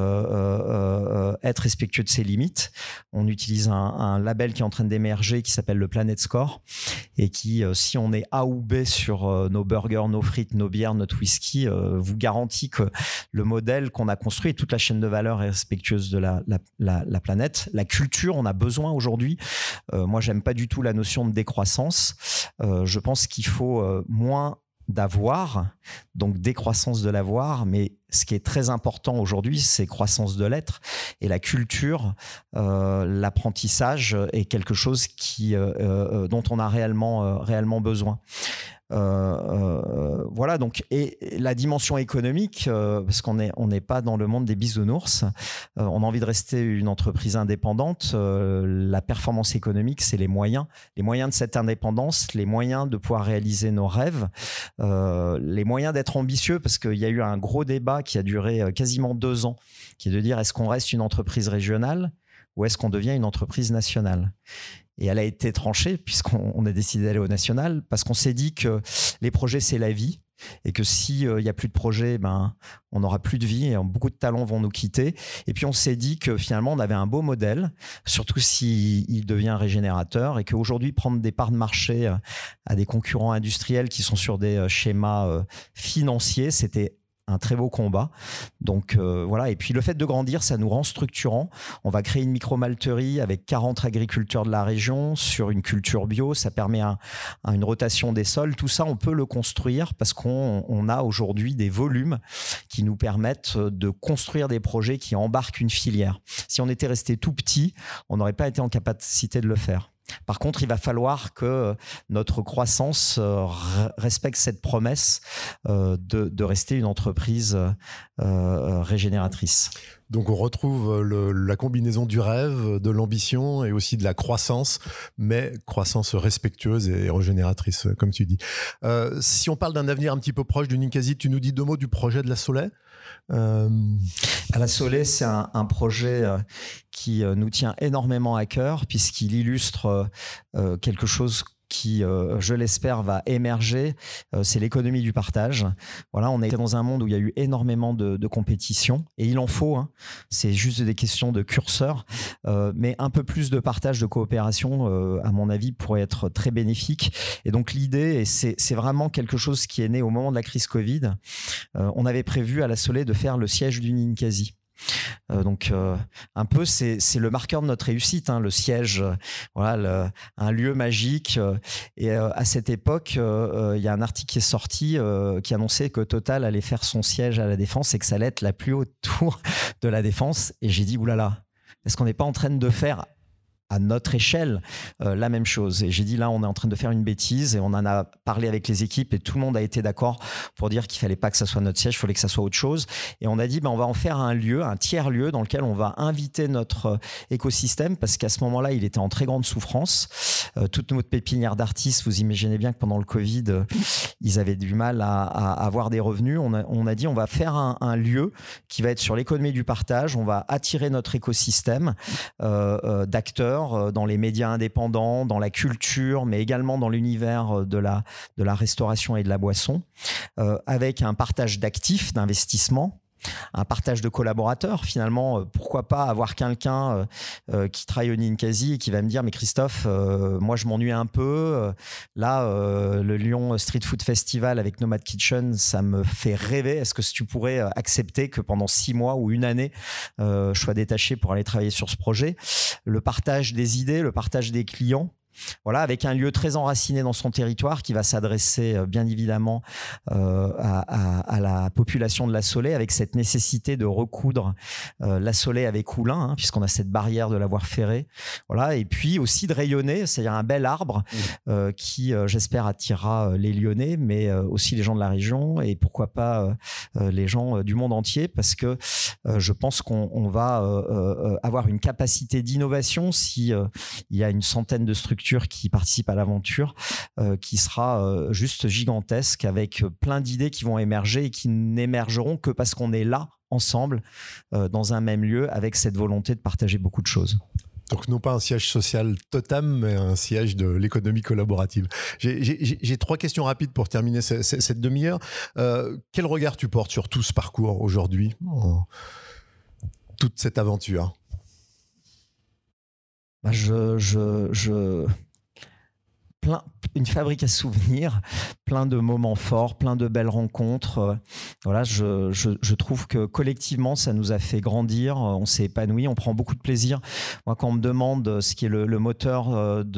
être respectueux de ces limites. On utilise un label qui est en train d'émerger qui s'appelle le Planet Score et qui, si on est A ou B sur nos burgers, nos frites, nos bières, notre whisky, vous garantit que le modèle qu'on a construit et toute la chaîne de valeur est respectueuse de la planète. La culture, on a besoin aujourd'hui. Moi, j'aime pas du tout la notion de décroissance. Je pense qu'il faut moins d'avoir, donc décroissance de l'avoir, mais ce qui est très important aujourd'hui, c'est croissance de l'être. Et la culture, l'apprentissage est quelque chose dont on a réellement besoin. Voilà, donc, et la dimension économique, parce qu'on n'est pas dans le monde des bisounours, on a envie de rester une entreprise indépendante. La performance économique, c'est les moyens de cette indépendance, les moyens de pouvoir réaliser nos rêves, les moyens d'être ambitieux, parce qu'il y a eu un gros débat qui a duré quasiment 2 ans, qui est de dire est-ce qu'on reste une entreprise régionale ou est-ce qu'on devient une entreprise nationale ? Et elle a été tranchée puisqu'on a décidé d'aller au national parce qu'on s'est dit que les projets, c'est la vie et que s'il n'y a plus de projet, on n'aura plus de vie et beaucoup de talents vont nous quitter. Et puis on s'est dit que finalement on avait un beau modèle, surtout s'il devient régénérateur, et qu'aujourd'hui prendre des parts de marché à des concurrents industriels qui sont sur des schémas financiers, c'était un très beau combat. Donc voilà. Et puis le fait de grandir, ça nous rend structurants. On va créer une micro-malterie avec 40 agriculteurs de la région sur une culture bio. Ça permet une rotation des sols. Tout ça, on peut le construire parce qu'on a aujourd'hui des volumes qui nous permettent de construire des projets qui embarquent une filière. Si on était resté tout petit, on n'aurait pas été en capacité de le faire. Par contre, il va falloir que notre croissance respecte cette promesse de rester une entreprise régénératrice. Donc on retrouve la combinaison du rêve, de l'ambition et aussi de la croissance, mais croissance respectueuse et régénératrice, comme tu dis. Si on parle d'un avenir un petit peu proche du Ninkasi, tu nous dis 2 mots du projet de la Soleil ? La Soleil, c'est un projet qui nous tient énormément à cœur puisqu'il illustre quelque chose qui, je l'espère, va émerger, c'est l'économie du partage. Voilà, on est dans un monde où il y a eu énormément de compétition, et il en faut, hein. C'est juste des questions de curseur, mais un peu plus de partage, de coopération, à mon avis, pourrait être très bénéfique. Et donc l'idée, et c'est vraiment quelque chose qui est né au moment de la crise Covid, on avait prévu à la Soleil de faire le siège du Ninkasi. Donc un peu c'est le marqueur de notre réussite, hein, le siège, voilà, un lieu magique. Et à cette époque, il y a un article qui est sorti qui annonçait que Total allait faire son siège à la Défense et que ça allait être la plus haute tour de la Défense. Et j'ai dit oulala, est-ce qu'on n'est pas en train de faire à notre échelle la même chose? Et j'ai dit là on est en train de faire une bêtise, et on en a parlé avec les équipes et tout le monde a été d'accord pour dire qu'il fallait pas que ça soit notre siège, il fallait que ça soit autre chose. Et on a dit on va en faire un lieu, un tiers lieu dans lequel on va inviter notre écosystème, parce qu'à ce moment-là il était en très grande souffrance. Toute notre pépinière d'artistes, vous imaginez bien que pendant le Covid ils avaient du mal à avoir des revenus. On a dit on va faire un lieu qui va être sur l'économie du partage, on va attirer notre écosystème d'acteurs dans les médias indépendants, dans la culture, mais également dans l'univers de la restauration et de la boisson, avec un partage d'actifs, d'investissements, un partage de collaborateurs. Finalement, pourquoi pas avoir quelqu'un qui travaille au Ninkasi et qui va me dire mais Christophe, moi je m'ennuie un peu, là le Lyon Street Food Festival avec Nomad Kitchen, ça me fait rêver, est-ce que tu pourrais accepter que pendant 6 mois ou 1 année je sois détaché pour aller travailler sur ce projet? Le partage des idées, le partage des clients, voilà, avec un lieu très enraciné dans son territoire qui va s'adresser bien évidemment à la population de la Soleil, avec cette nécessité de recoudre la Soleil avec Oulin, hein, puisqu'on a cette barrière de la voie ferrée. Voilà, et puis aussi de rayonner, c'est-à-dire un bel arbre qui, j'espère, attirera les Lyonnais, mais aussi les gens de la région, et pourquoi pas les gens du monde entier, parce que je pense qu'on va avoir une capacité d'innovation si il y a une centaine de structures qui participent à l'aventure, qui sera juste gigantesque, avec plein d'idées qui vont émerger et qui n'émergeront que parce qu'on est là ensemble dans un même lieu, avec cette volonté de partager beaucoup de choses. Donc non pas un siège social Totem, mais un siège de l'économie collaborative. J'ai 3 questions rapides pour terminer cette demi-heure. Quel regard tu portes sur tout ce parcours aujourd'hui, toute cette aventure? Une fabrique à souvenirs, plein de moments forts, plein de belles rencontres. Voilà, je trouve que collectivement, ça nous a fait grandir, on s'est épanoui, on prend beaucoup de plaisir. Moi, quand on me demande ce qui est le moteur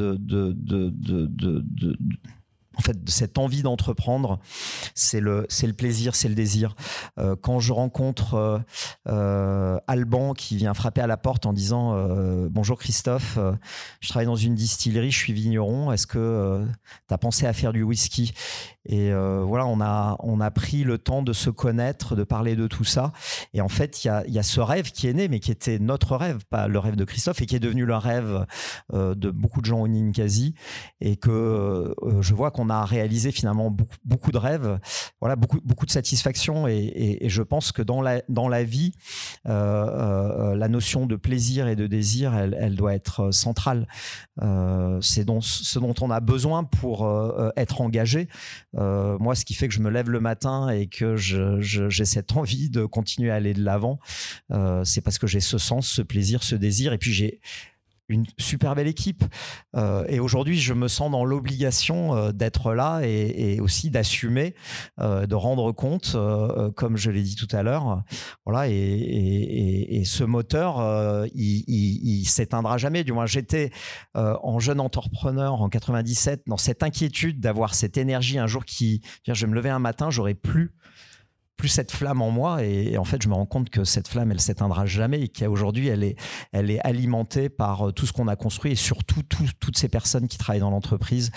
en fait, de cette envie d'entreprendre, c'est le plaisir, c'est le désir. Quand je rencontre Alban qui vient frapper à la porte en disant bonjour Christophe, je travaille dans une distillerie, je suis vigneron, est-ce que tu as pensé à faire du whisky? Et voilà, on a pris le temps de se connaître, de parler de tout ça. Et en fait, il y a ce rêve qui est né, mais qui était notre rêve, pas le rêve de Christophe, et qui est devenu le rêve de beaucoup de gens au Ninkasi. Et que je vois qu'on on a réalisé finalement beaucoup de rêves, voilà, beaucoup de satisfaction. Et je pense que dans la vie, la notion de plaisir et de désir, elle doit être centrale. C'est ce dont on a besoin pour être engagé. Moi, ce qui fait que je me lève le matin et que j'ai cette envie de continuer à aller de l'avant, c'est parce que j'ai ce sens, ce plaisir, ce désir. Et puis j'ai une super belle équipe. Et aujourd'hui, je me sens dans l'obligation d'être là et aussi d'assumer, de rendre compte, comme je l'ai dit tout à l'heure. Voilà, et ce moteur, il s'éteindra jamais. Du moins, j'étais en jeune entrepreneur en 97 dans cette inquiétude d'avoir cette énergie un jour je vais me lever un matin, j'aurai plus cette flamme en moi, et en fait je me rends compte que cette flamme elle s'éteindra jamais et qu'aujourd'hui elle est alimentée par tout ce qu'on a construit et surtout toutes ces personnes qui travaillent dans l'entreprise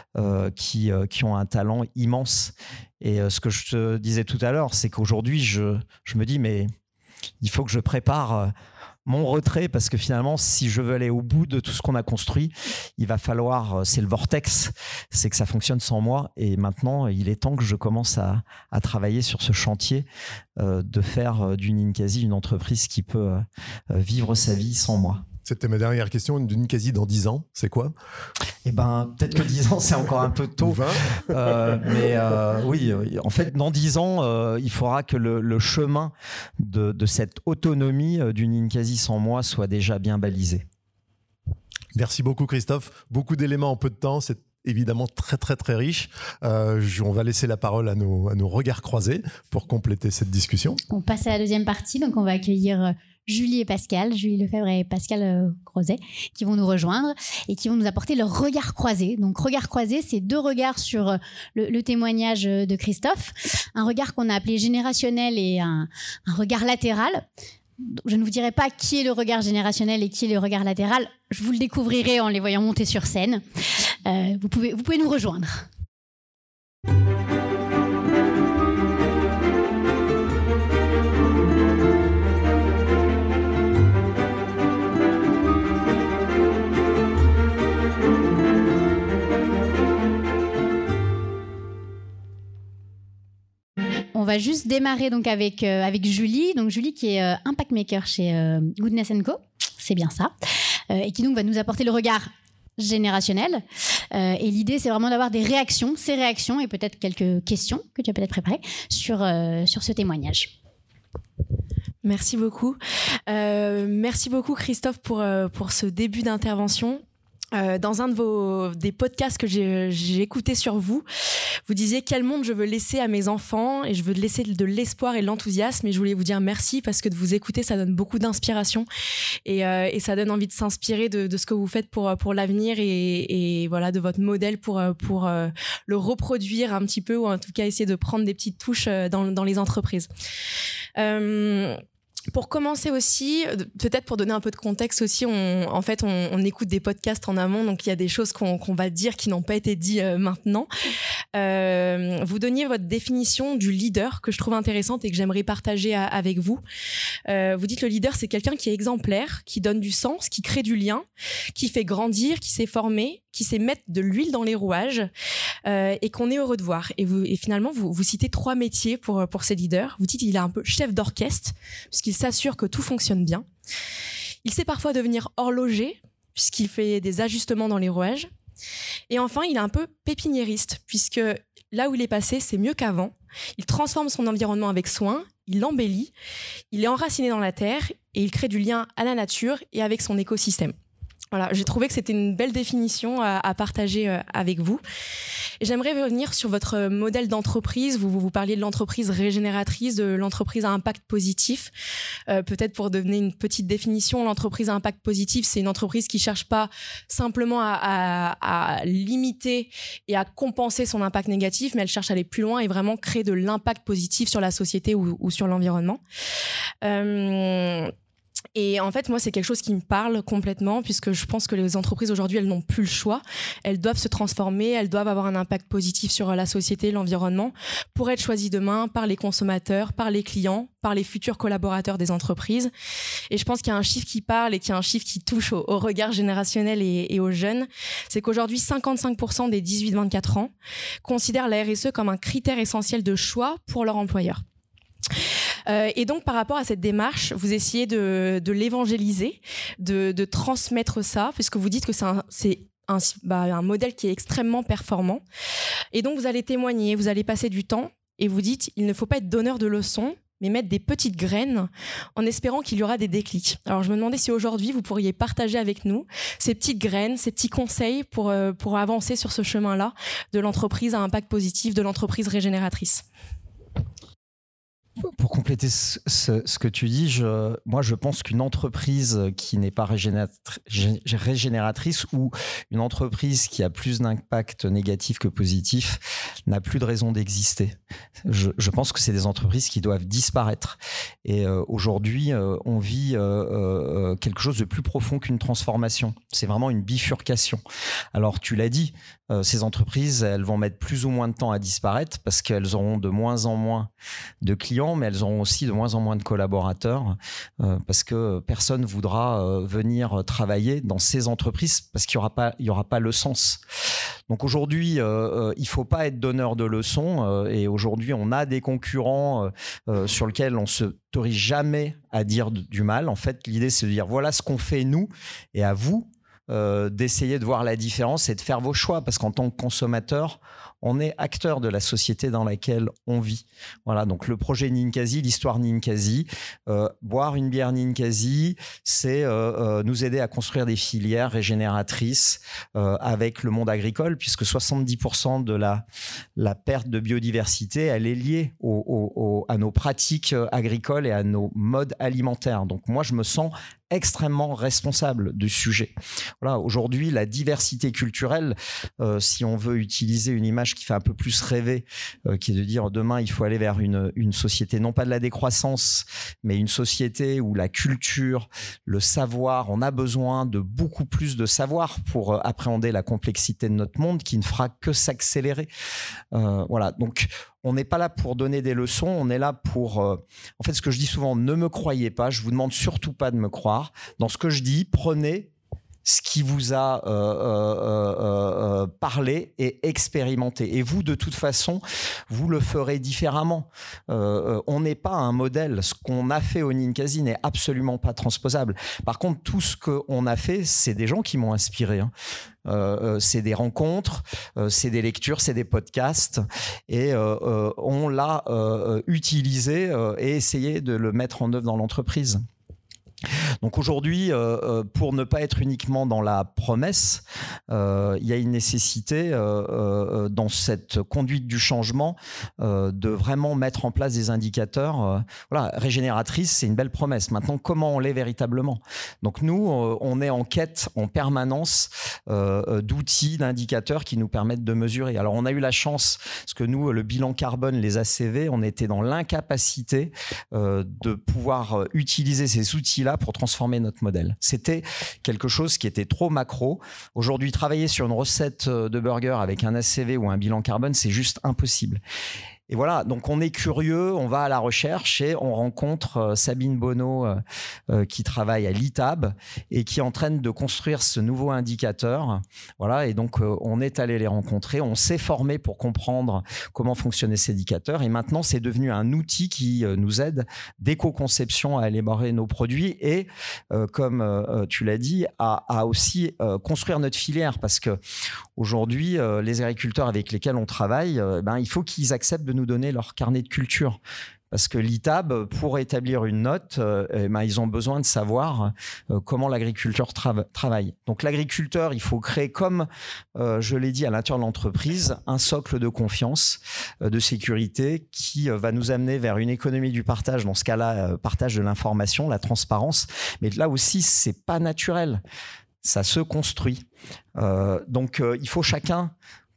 qui ont un talent immense. Et ce que je te disais tout à l'heure, c'est qu'aujourd'hui je me dis mais il faut que je prépare mon retrait, parce que finalement, si je veux aller au bout de tout ce qu'on a construit, il va falloir, c'est le vortex, c'est que ça fonctionne sans moi. Et maintenant, il est temps que je commence à travailler sur ce chantier de faire du Ninkasi une entreprise qui peut vivre sa vie sans moi. C'était ma dernière question. Une Ninkasi dans 10 ans, c'est quoi ? Eh ben, peut-être que 10 ans, c'est encore un peu tôt. 20 mais oui, en fait, dans 10 ans, il faudra que le chemin de cette autonomie du Ninkasi sans moi soit déjà bien balisé. Merci beaucoup, Christophe. Beaucoup d'éléments en peu de temps. C'est évidemment très, très, très riche. On va laisser la parole à nos regards croisés pour compléter cette discussion. On passe à la deuxième partie. Donc, on va accueillir Julie et Pascal, Julie Lefebvre et Pascal Crozet, qui vont nous rejoindre et qui vont nous apporter leur regard croisé. Donc, regard croisé, c'est 2 regards sur le témoignage de Christophe. Un regard qu'on a appelé générationnel et un regard latéral. Je ne vous dirai pas qui est le regard générationnel et qui est le regard latéral. Je vous le découvrirai en les voyant monter sur scène. Vous pouvez nous rejoindre. On va juste démarrer donc avec Julie. Donc Julie qui est Impact Maker chez Goodness & Co. C'est bien ça. Et qui donc va nous apporter le regard générationnel. Et l'idée, c'est vraiment d'avoir ces réactions et peut-être quelques questions que tu as peut-être préparées sur ce témoignage. Merci beaucoup. Merci beaucoup Christophe pour ce début d'intervention. Dans un des podcasts que j'ai écouté sur vous disiez quel monde je veux laisser à mes enfants, et je veux laisser de l'espoir et de l'enthousiasme, et je voulais vous dire merci parce que de vous écouter ça donne beaucoup d'inspiration et ça donne envie de s'inspirer de ce que vous faites pour l'avenir et voilà, de votre modèle pour le reproduire un petit peu, ou en tout cas essayer de prendre des petites touches dans les entreprises. Pour commencer aussi, peut-être pour donner un peu de contexte aussi, on écoute des podcasts en amont, donc il y a des choses qu'on va dire qui n'ont pas été dites maintenant. Vous donniez votre définition du leader que je trouve intéressante et que j'aimerais partager avec vous. Vous dites le leader, c'est quelqu'un qui est exemplaire, qui donne du sens, qui crée du lien, qui fait grandir, qui sait former, qui sait mettre de l'huile dans les rouages et qu'on est heureux de voir. Et finalement, vous citez 3 métiers pour ces leaders. Vous dites qu'il est un peu chef d'orchestre, puisqu'il s'assure que tout fonctionne bien. Il sait parfois devenir horloger, puisqu'il fait des ajustements dans les rouages. Et enfin, il est un peu pépiniériste, puisque là où il est passé, c'est mieux qu'avant. Il transforme son environnement avec soin, il l'embellit, il est enraciné dans la terre et il crée du lien à la nature et avec son écosystème. Voilà, j'ai trouvé que c'était une belle définition à partager avec vous. Et j'aimerais revenir sur votre modèle d'entreprise. Vous parliez de l'entreprise régénératrice, de l'entreprise à impact positif. Peut-être pour donner une petite définition, l'entreprise à impact positif, c'est une entreprise qui cherche pas simplement à limiter et à compenser son impact négatif, mais elle cherche à aller plus loin et vraiment créer de l'impact positif sur la société ou sur l'environnement. Et en fait, moi, c'est quelque chose qui me parle complètement, puisque je pense que les entreprises aujourd'hui, elles n'ont plus le choix. Elles doivent se transformer, elles doivent avoir un impact positif sur la société, l'environnement, pour être choisies demain par les consommateurs, par les clients, par les futurs collaborateurs des entreprises. Et je pense qu'il y a un chiffre qui parle et qu'il y a un chiffre qui touche au regard générationnel et aux jeunes. C'est qu'aujourd'hui, 55% des 18-24 ans considèrent la RSE comme un critère essentiel de choix pour leur employeur. Et donc, par rapport à cette démarche, vous essayez de l'évangéliser, de transmettre ça, puisque vous dites que c'est un modèle qui est extrêmement performant. Et donc, vous allez témoigner, vous allez passer du temps, et vous dites, il ne faut pas être donneur de leçons, mais mettre des petites graines en espérant qu'il y aura des déclics. Alors, je me demandais si aujourd'hui, vous pourriez partager avec nous ces petites graines, ces petits conseils pour avancer sur ce chemin-là de l'entreprise à impact positif, de l'entreprise régénératrice. Pour compléter ce que tu dis, moi je pense qu'une entreprise qui n'est pas régénératrice ou une entreprise qui a plus d'impact négatif que positif n'a plus de raison d'exister. Je pense que c'est des entreprises qui doivent disparaître. Et aujourd'hui, on vit quelque chose de plus profond qu'une transformation. C'est vraiment une bifurcation. Alors tu l'as dit, ces entreprises, elles vont mettre plus ou moins de temps à disparaître parce qu'elles auront de moins en moins de clients, mais elles auront aussi de moins en moins de collaborateurs parce que personne ne voudra venir travailler dans ces entreprises parce qu'il n'y aura pas le sens. Donc aujourd'hui, il ne faut pas être donneur de leçons et aujourd'hui, on a des concurrents sur lesquels on ne s'autorise jamais à dire du mal. En fait, l'idée, c'est de dire voilà ce qu'on fait nous et à vous d'essayer de voir la différence et de faire vos choix parce qu'en tant que consommateur, on est acteur de la société dans laquelle on vit. Voilà, donc le projet Ninkasi, l'histoire Ninkasi, boire une bière Ninkasi, c'est nous aider à construire des filières régénératrices avec le monde agricole, puisque 70% de la perte de biodiversité, elle est liée à nos pratiques agricoles et à nos modes alimentaires. Donc moi, je me sens extrêmement responsable du sujet. Voilà, aujourd'hui, la diversité culturelle, si on veut utiliser une image qui fait un peu plus rêver, qui est de dire demain, il faut aller vers une société, non pas de la décroissance, mais une société où la culture, le savoir, on a besoin de beaucoup plus de savoir pour appréhender la complexité de notre monde qui ne fera que s'accélérer. Voilà, donc on n'est pas là pour donner des leçons, on est là pour... en fait, ce que je dis souvent, ne me croyez pas, je vous demande surtout pas de me croire. Dans ce que je dis, prenez ce qui vous a parlé et expérimenté. Et vous, de toute façon, vous le ferez différemment. On n'est pas un modèle. Ce qu'on a fait au Ninkasi n'est absolument pas transposable. Par contre, tout ce qu'on a fait, c'est des gens qui m'ont inspiré. C'est des rencontres, c'est des lectures, c'est des podcasts. Et on l'a utilisé et essayé de le mettre en œuvre dans l'entreprise. Donc aujourd'hui, pour ne pas être uniquement dans la promesse, il y a une nécessité dans cette conduite du changement de vraiment mettre en place des indicateurs. Voilà, régénératrice, c'est une belle promesse. Maintenant, comment on l'est véritablement ? Donc nous, on est en quête en permanence d'outils, d'indicateurs qui nous permettent de mesurer. Alors on a eu la chance, parce que nous, le bilan carbone, les ACV, on était dans l'incapacité de pouvoir utiliser ces outils-là pour transformer notre modèle. C'était quelque chose qui était trop macro. Aujourd'hui, travailler sur une recette de burger avec un ACV ou un bilan carbone, c'est juste impossible. Et voilà, donc on est curieux, on va à la recherche et on rencontre Sabine Bonneau qui travaille à l'ITAB et qui est en train de construire ce nouveau indicateur. Voilà, et donc on est allé les rencontrer, on s'est formé pour comprendre comment fonctionnait cet indicateur et maintenant c'est devenu un outil qui nous aide d'éco-conception à élaborer nos produits et comme tu l'as dit, à aussi construire notre filière parce que aujourd'hui les agriculteurs avec lesquels on travaille, il faut qu'ils acceptent de nous donner leur carnet de culture. Parce que l'ITAB, pour établir une note, ils ont besoin de savoir comment l'agriculteur travaille. Donc l'agriculteur, il faut créer, comme je l'ai dit à l'intérieur de l'entreprise, un socle de confiance, de sécurité qui va nous amener vers une économie du partage, dans ce cas-là, partage de l'information, la transparence. Mais là aussi, c'est pas naturel. Ça se construit. Donc il faut chacun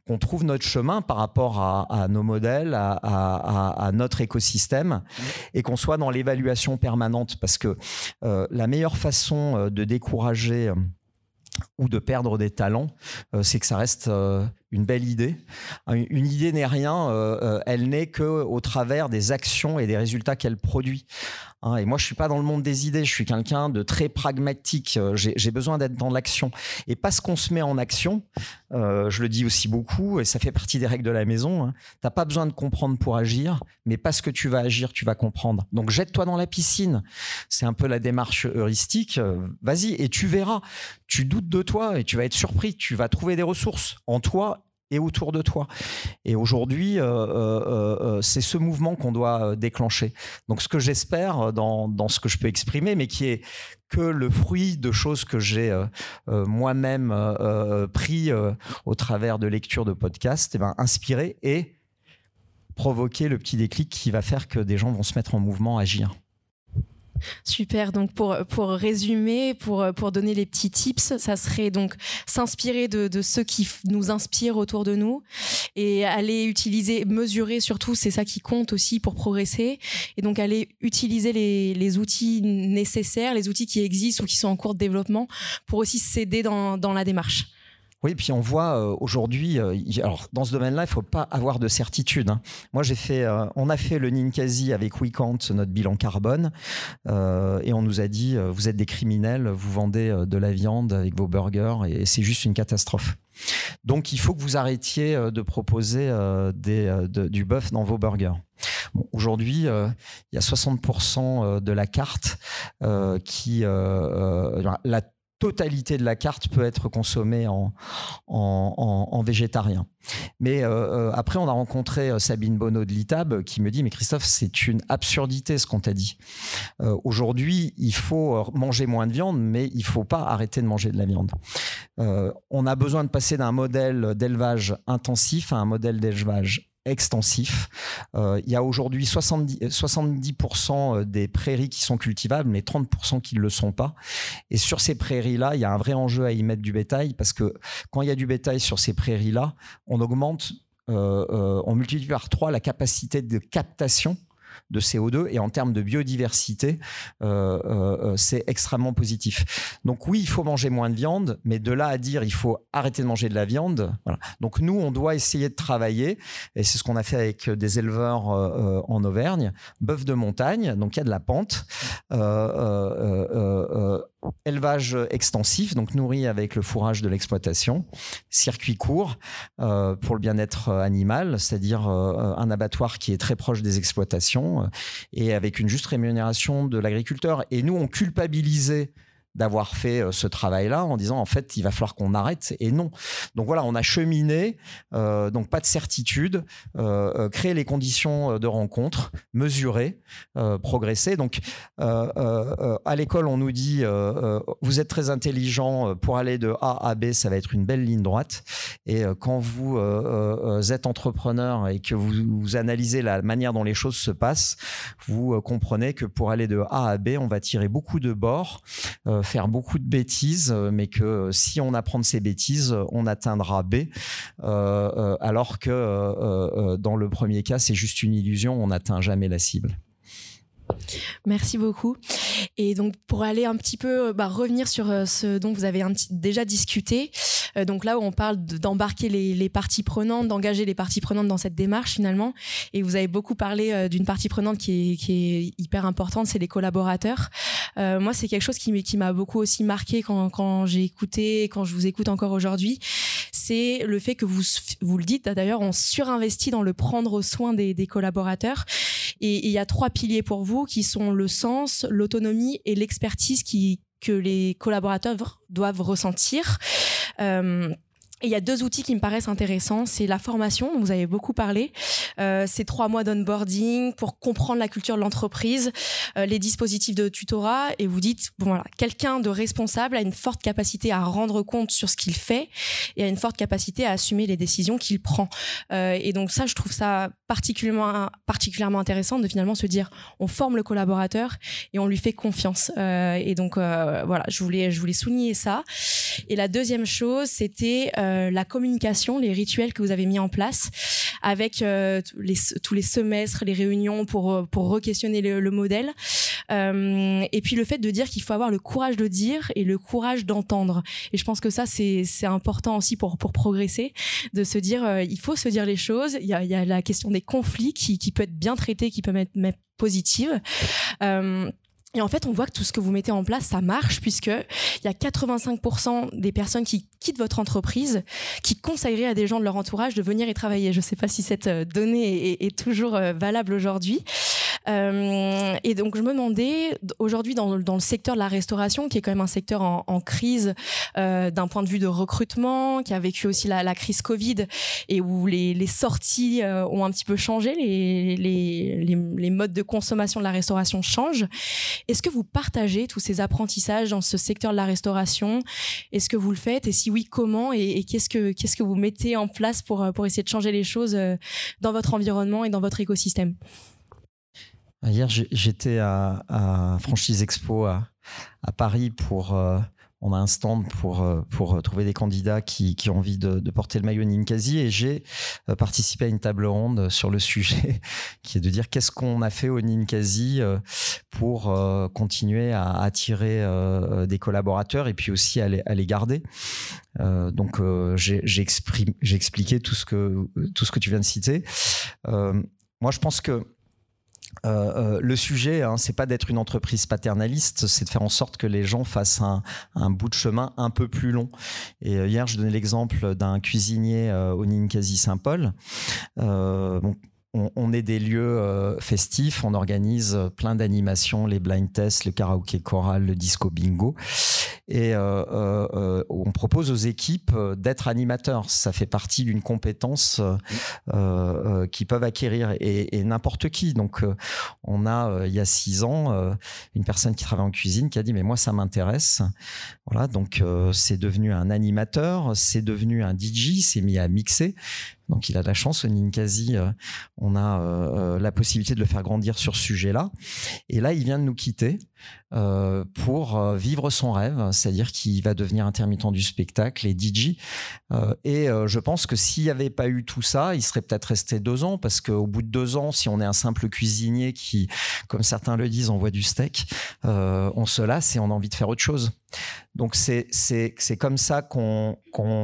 qu'on trouve notre chemin par rapport à nos modèles, à notre écosystème, et qu'on soit dans l'évaluation permanente, parce que la meilleure façon de décourager ou de perdre des talents, c'est que ça reste une belle idée. Une idée n'est rien, elle n'est qu'au travers des actions et des résultats qu'elle produit. Et moi, je ne suis pas dans le monde des idées, je suis quelqu'un de très pragmatique. J'ai besoin d'être dans l'action. Et parce qu'on se met en action, je le dis aussi beaucoup, et ça fait partie des règles de la maison, tu n'as pas besoin de comprendre pour agir, mais parce que tu vas agir, tu vas comprendre. Donc, jette-toi dans la piscine. C'est un peu la démarche heuristique. Vas-y, et tu verras. Tu doutes de toi et tu vas être surpris. Tu vas trouver des ressources en toi et autour de toi. Et aujourd'hui, c'est ce mouvement qu'on doit déclencher. Donc, ce que j'espère dans ce que je peux exprimer, mais qui est que le fruit de choses que j'ai moi-même pris au travers de lectures de podcasts, inspirer et provoquer le petit déclic qui va faire que des gens vont se mettre en mouvement, agir. Super, donc pour résumer, pour donner les petits tips, ça serait donc s'inspirer de ceux qui nous inspirent autour de nous et aller utiliser, mesurer surtout, c'est ça qui compte aussi pour progresser, et donc aller utiliser les outils nécessaires, les outils qui existent ou qui sont en cours de développement pour aussi s'aider dans la démarche. Oui, puis on voit aujourd'hui, alors dans ce domaine-là, il ne faut pas avoir de certitude. Moi, on a fait le Ninkasi avec WeCount, notre bilan carbone, et on nous a dit, vous êtes des criminels, vous vendez de la viande avec vos burgers, et c'est juste une catastrophe. Donc, il faut que vous arrêtiez de proposer du bœuf dans vos burgers. Bon, aujourd'hui, il y a 60% de la carte la totalité de la carte peut être consommée en végétarien. Mais après, on a rencontré Sabine Bonneau de l'ITAB qui me dit « Mais Christophe, c'est une absurdité ce qu'on t'a dit. Aujourd'hui, il faut manger moins de viande, mais il ne faut pas arrêter de manger de la viande. On a besoin de passer d'un modèle d'élevage intensif à un modèle d'élevage extensif. Il y a aujourd'hui 70% des prairies qui sont cultivables, mais 30% qui ne le sont pas. Et sur ces prairies-là, il y a un vrai enjeu à y mettre du bétail, parce que quand il y a du bétail sur ces prairies-là, on multiplie par 3 la capacité de captation de CO2, et en termes de biodiversité, c'est extrêmement positif. Donc oui, il faut manger moins de viande, mais de là à dire il faut arrêter de manger de la viande, voilà. Donc nous, on doit essayer de travailler, et c'est ce qu'on a fait avec des éleveurs en Auvergne, bœuf de montagne, donc il y a de la pente, élevage extensif, donc nourri avec le fourrage de l'exploitation, circuit court pour le bien-être animal, c'est-à-dire un abattoir qui est très proche des exploitations et avec une juste rémunération de l'agriculteur. Et nous, on culpabilisait d'avoir fait ce travail-là en disant en fait il va falloir qu'on arrête, et non. Donc voilà, on a cheminé, donc pas de certitude, créer les conditions de rencontre, mesurer, progresser. Donc à l'école on nous dit vous êtes très intelligent, pour aller de A à B ça va être une belle ligne droite, et quand vous êtes entrepreneur et que vous analysez la manière dont les choses se passent, vous comprenez que pour aller de A à B on va tirer beaucoup de bords, faire beaucoup de bêtises, mais que si on apprend de ces bêtises, on atteindra B, alors que dans le premier cas, c'est juste une illusion, on n'atteint jamais la cible. Merci beaucoup. Et donc, pour aller un petit peu revenir sur ce dont vous avez déjà discuté, donc là où on parle d'embarquer les parties prenantes, d'engager les parties prenantes dans cette démarche finalement, et vous avez beaucoup parlé d'une partie prenante qui est hyper importante, c'est les collaborateurs. Moi, c'est quelque chose qui m'a beaucoup aussi marqué quand j'ai écouté, quand je vous écoute encore aujourd'hui, c'est le fait que vous le dites d'ailleurs, on surinvestit dans le prendre soin des collaborateurs. Et il y a 3 piliers pour vous qui sont le sens, l'autonomie et l'expertise que les collaborateurs doivent ressentir. Et il y a 2 outils qui me paraissent intéressants, c'est la formation dont vous avez beaucoup parlé, c'est 3 mois d'onboarding pour comprendre la culture de l'entreprise, les dispositifs de tutorat, et vous dites bon voilà, quelqu'un de responsable a une forte capacité à rendre compte sur ce qu'il fait et a une forte capacité à assumer les décisions qu'il prend. Et donc ça, je trouve ça particulièrement intéressant de finalement se dire on forme le collaborateur et on lui fait confiance. Et donc voilà, je voulais souligner ça. Et la deuxième chose, c'était la communication, les rituels que vous avez mis en place avec tous les semestres, les réunions pour re-questionner le modèle. Et puis le fait de dire qu'il faut avoir le courage de dire et le courage d'entendre. Et je pense que ça, c'est important aussi pour progresser, de se dire, il faut se dire les choses. Il y a la question des conflits qui peut être bien traitée, qui peut être même positive. Et en fait, on voit que tout ce que vous mettez en place, ça marche, puisque il y a 85% des personnes qui quittent votre entreprise, qui conseilleraient à des gens de leur entourage de venir y travailler. Je ne sais pas si cette donnée est toujours valable aujourd'hui. Et donc, je me demandais, aujourd'hui, dans le secteur de la restauration, qui est quand même un secteur en crise d'un point de vue de recrutement, qui a vécu aussi la crise Covid, et où les sorties ont un petit peu changé, les modes de consommation de la restauration changent. Est-ce que vous partagez tous ces apprentissages dans ce secteur de la restauration? Est-ce que vous le faites? Et si oui, comment? Et qu'est-ce que vous mettez en place pour essayer de changer les choses dans votre environnement et dans votre écosystème? Hier, j'étais à Franchise Expo à Paris pour... on a un stand pour trouver des candidats qui ont envie de porter le maillot Ninkasi, et j'ai participé à une table ronde sur le sujet qui est de dire qu'est-ce qu'on a fait au Ninkasi pour continuer à attirer des collaborateurs et puis aussi à les garder. Donc j'ai expliqué tout ce que tu viens de citer. Moi, je pense que le sujet, c'est pas d'être une entreprise paternaliste, c'est de faire en sorte que les gens fassent un bout de chemin un peu plus long. Et hier, je donnais l'exemple d'un cuisinier au Ninkasi Saint-Paul. On est des lieux festifs, on organise plein d'animations, les blind tests, le karaoké choral, le disco bingo. Et on propose aux équipes d'être animateurs. Ça fait partie d'une compétence qu'ils peuvent acquérir, et n'importe qui. Donc, on a, il y a 6 ans, une personne qui travaille en cuisine qui a dit « mais moi, ça m'intéresse ». Voilà, donc c'est devenu un animateur, c'est devenu un DJ, s'est mis à mixer. Donc, il a de la chance, au Ninkasi, on a la possibilité de le faire grandir sur ce sujet-là. Et là, il vient de nous quitter pour vivre son rêve, c'est-à-dire qu'il va devenir intermittent du spectacle et DJ. Et je pense que s'il n'y avait pas eu tout ça, il serait peut-être resté 2 ans, parce qu'au bout de 2 ans, si on est un simple cuisinier qui, comme certains le disent, envoie du steak, on se lasse et on a envie de faire autre chose. Donc c'est comme ça qu'on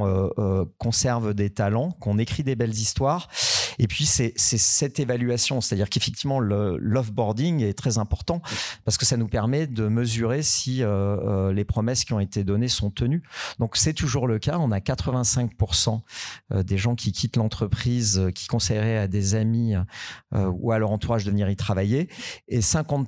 conserve des talents, qu'on écrit des belles histoires. Et puis c'est cette évaluation, c'est-à-dire qu'effectivement l'offboarding est très important, parce que ça nous permet de mesurer si les promesses qui ont été données sont tenues. Donc c'est toujours le cas, on a 85% des gens qui quittent l'entreprise, qui conseilleraient à des amis ou à leur entourage de venir y travailler, et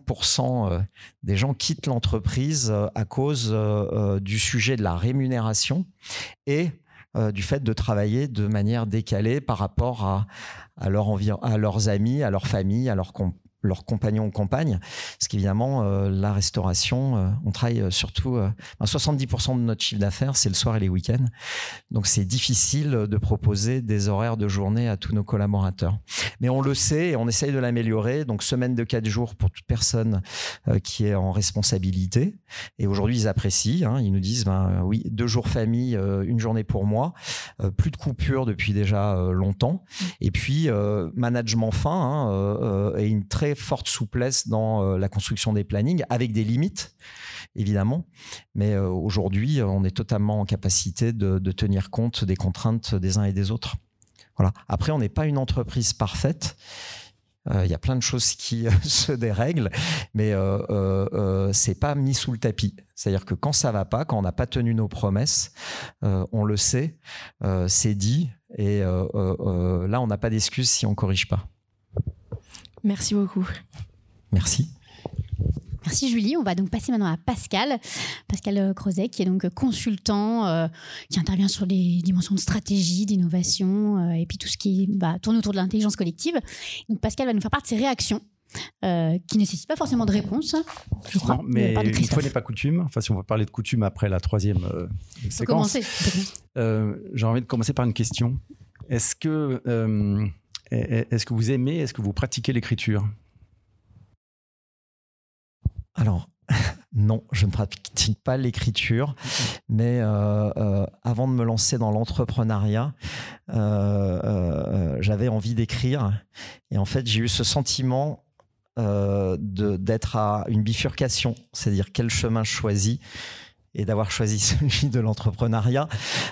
50% des gens quittent l'entreprise à cause du sujet de la rémunération et du fait de travailler de manière décalée par rapport à leurs amis, à leur famille, à leurs compagnons ou compagnes. Parce qu'évidemment, la restauration, on travaille surtout... 70% de notre chiffre d'affaires, c'est le soir et les week-ends. Donc, c'est difficile de proposer des horaires de journée à tous nos collaborateurs. Mais on le sait et on essaye de l'améliorer. Donc, semaine de 4 jours pour toute personne qui est en responsabilité. Et aujourd'hui, ils apprécient. Ils nous disent, oui, 2 jours famille, 1 journée pour moi. Plus de coupure depuis déjà longtemps. Et puis, management fin et une très forte souplesse dans la construction des plannings, avec des limites, évidemment. Mais aujourd'hui, on est totalement en capacité de tenir compte des contraintes des uns et des autres. Voilà. Après, on n'est pas une entreprise parfaite. Il y a plein de choses qui se dérèglent, mais c'est pas mis sous le tapis. C'est-à-dire que quand ça va pas, quand on n'a pas tenu nos promesses, on le sait, c'est dit, et là, on n'a pas d'excuses si on corrige pas. Merci beaucoup. Merci. Merci Julie. On va donc passer maintenant à Pascal Crozet, qui est donc consultant, qui intervient sur les dimensions de stratégie, d'innovation et puis tout ce qui tourne autour de l'intelligence collective. Donc Pascal va nous faire part de ses réactions qui ne nécessite pas forcément de réponse, je crois. Non, mais une fois n'est pas coutume. Enfin, si on veut parler de coutume après la 3e séquence. J'ai envie de commencer par une question. Est-ce que vous aimez, est-ce que vous pratiquez l'écriture ? Alors, Non, je ne pratique pas l'écriture, mais avant de me lancer dans l'entrepreneuriat, j'avais envie d'écrire. Et en fait, j'ai eu ce sentiment d'être à une bifurcation, c'est-à-dire quel chemin je choisis, et d'avoir choisi celui de l'entrepreneuriat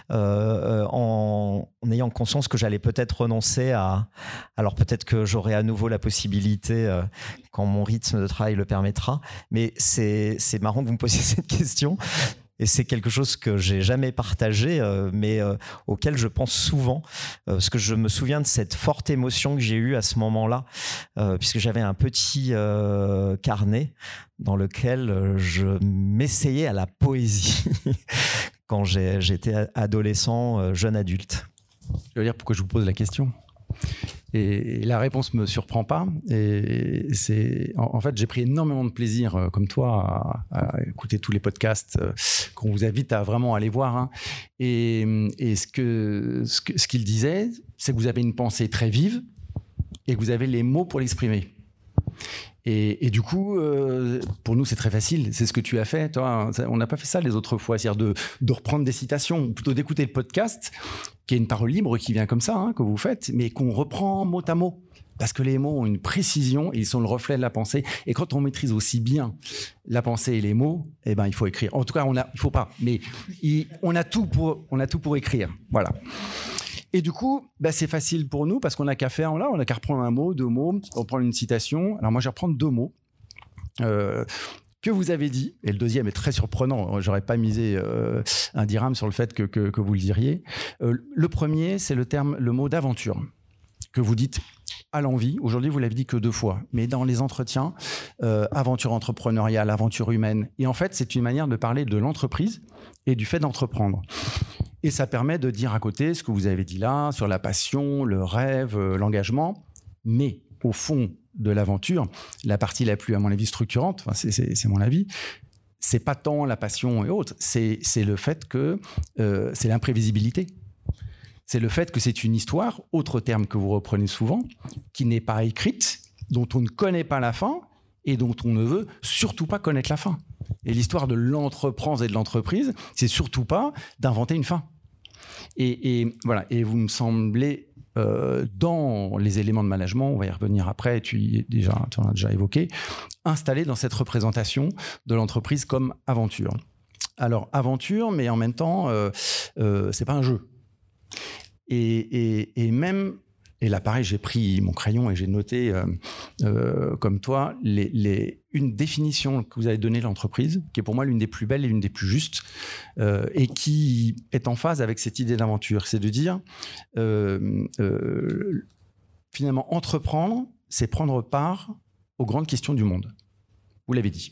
en ayant conscience que j'allais peut-être renoncer à... Alors peut-être que j'aurai à nouveau la possibilité quand mon rythme de travail le permettra, mais c'est marrant que vous me posiez cette question. Et c'est quelque chose que j'ai jamais partagé, mais auquel je pense souvent, parce que je me souviens de cette forte émotion que j'ai eue à ce moment-là, puisque j'avais un petit carnet dans lequel je m'essayais à la poésie quand j'étais adolescent, jeune adulte. Je veux dire pourquoi je vous pose la question. Et la réponse me surprend pas. Et c'est, en fait, j'ai pris énormément de plaisir, comme toi, à écouter tous les podcasts qu'on vous invite à vraiment aller voir. Hein. Et ce qu'il disait, c'est que vous avez une pensée très vive et que vous avez les mots pour l'exprimer. Et du coup, pour nous, c'est très facile. C'est ce que tu as fait. Toi, on n'a pas fait ça les autres fois. C'est-à-dire de reprendre des citations, ou plutôt d'écouter le podcast, qui est une parole libre qui vient comme ça, hein, que vous faites, mais qu'on reprend mot à mot. Parce que les mots ont une précision et ils sont le reflet de la pensée. Et quand on maîtrise aussi bien la pensée et les mots, eh ben, il faut écrire. En tout cas, il faut pas, mais on a tout pour écrire. Voilà. Et du coup, c'est facile pour nous parce qu'on n'a qu'à faire là, on n'a qu'à reprendre un mot, 2 mots, reprendre une citation. Alors moi, je vais reprendre 2 mots que vous avez dit. Et le deuxième est très surprenant. J'aurais pas misé un dirham sur le fait que vous le diriez. Le premier, c'est le mot d'aventure que vous dites à l'envie. Aujourd'hui, vous l'avez dit que 2 fois. Mais dans les entretiens, aventure entrepreneuriale, aventure humaine. Et en fait, c'est une manière de parler de l'entreprise et du fait d'entreprendre. Et ça permet de dire à côté ce que vous avez dit là, sur la passion, le rêve, l'engagement. Mais au fond de l'aventure, la partie la plus, à mon avis, structurante, c'est mon avis, c'est pas tant la passion et autres, c'est le fait que c'est l'imprévisibilité. C'est le fait que c'est une histoire, autre terme que vous reprenez souvent, qui n'est pas écrite, dont on ne connaît pas la fin et dont on ne veut surtout pas connaître la fin. Et l'histoire de l'entreprendre et de l'entreprise, c'est surtout pas d'inventer une fin. Et voilà. Et vous me semblez, dans les éléments de management, on va y revenir après, tu en as déjà évoqué, installé dans cette représentation de l'entreprise comme aventure. Alors, aventure, mais en même temps, c'est pas un jeu. Et même... Et là, pareil, j'ai pris mon crayon et j'ai noté, comme toi, une définition que vous avez donnée de l'entreprise, qui est pour moi l'une des plus belles et l'une des plus justes, et qui est en phase avec cette idée d'aventure. C'est de dire, finalement, entreprendre, c'est prendre part aux grandes questions du monde. Vous l'avez dit.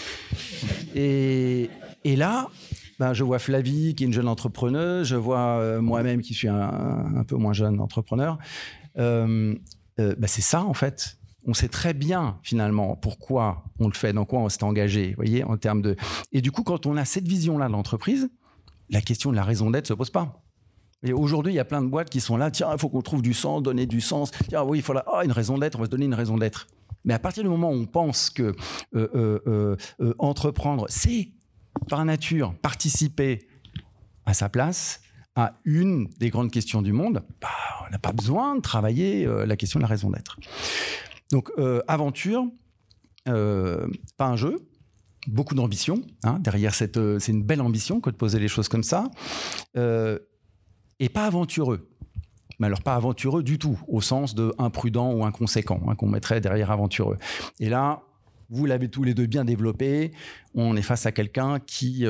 Et là... je vois Flavie, qui est une jeune entrepreneuse. Je vois moi-même, qui suis un peu moins jeune entrepreneur. C'est ça, en fait. On sait très bien, finalement, pourquoi on le fait, dans quoi on s'est engagé, vous voyez, en termes de... Et du coup, quand on a cette vision-là de l'entreprise, la question de la raison d'être ne se pose pas. Et aujourd'hui, il y a plein de boîtes qui sont là. Tiens, il faut qu'on trouve du sens, donner du sens. Tiens, oui, il faut une raison d'être, on va se donner une raison d'être. Mais à partir du moment où on pense que entreprendre, c'est... par nature, participer à sa place à une des grandes questions du monde, on n'a pas besoin de travailler la question de la raison d'être. Donc, aventure, pas un jeu, beaucoup d'ambition. Hein, derrière, c'est une belle ambition que de poser les choses comme ça. Et pas aventureux. Mais alors, pas aventureux du tout, au sens de imprudent ou inconséquent, hein, qu'on mettrait derrière aventureux. Et là... vous l'avez tous les deux bien développé. On est face à quelqu'un qui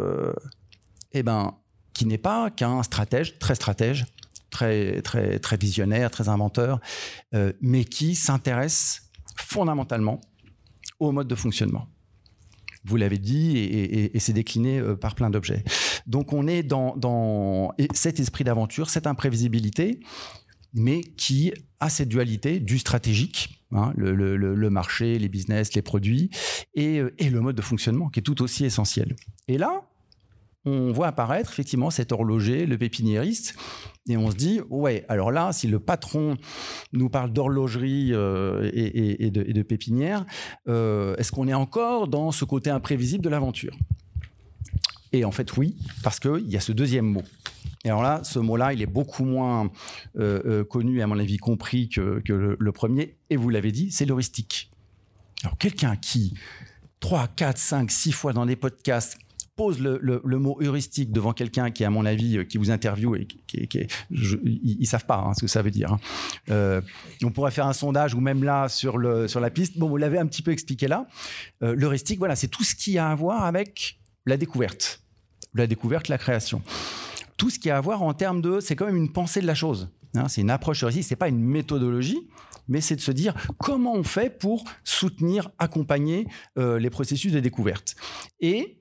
n'est pas qu'un stratège, très, très, très visionnaire, très inventeur, mais qui s'intéresse fondamentalement au mode de fonctionnement. Vous l'avez dit, et c'est décliné par plein d'objets. Donc, on est dans cet esprit d'aventure, cette imprévisibilité, mais qui a cette dualité du stratégique, hein, le marché, les business, les produits, et le mode de fonctionnement, qui est tout aussi essentiel. Et là, on voit apparaître effectivement cet horloger, le pépiniériste, et on se dit, ouais, alors là, si le patron nous parle d'horlogerie et de pépinière, est-ce qu'on est encore dans ce côté imprévisible de l'aventure ? Et en fait, oui, parce qu'il y a ce deuxième mot. Et alors là, ce mot-là, il est beaucoup moins connu, à mon avis, compris que le premier. Et vous l'avez dit, c'est l'heuristique. Alors, quelqu'un qui, 3, 4, 5, 6 fois dans des podcasts, pose le mot heuristique devant quelqu'un qui, à mon avis, qui vous interviewe et ils savent pas ce que ça veut dire. On pourrait faire un sondage ou même là sur la piste. Bon, vous l'avez un petit peu expliqué là. L'heuristique, voilà, c'est tout ce qui a à voir avec la découverte, la création. Tout ce qui a à voir en termes de, c'est quand même une pensée de la chose. C'est une approche heuristique, c'est pas une méthodologie, mais c'est de se dire comment on fait pour soutenir, accompagner les processus de découverte. Et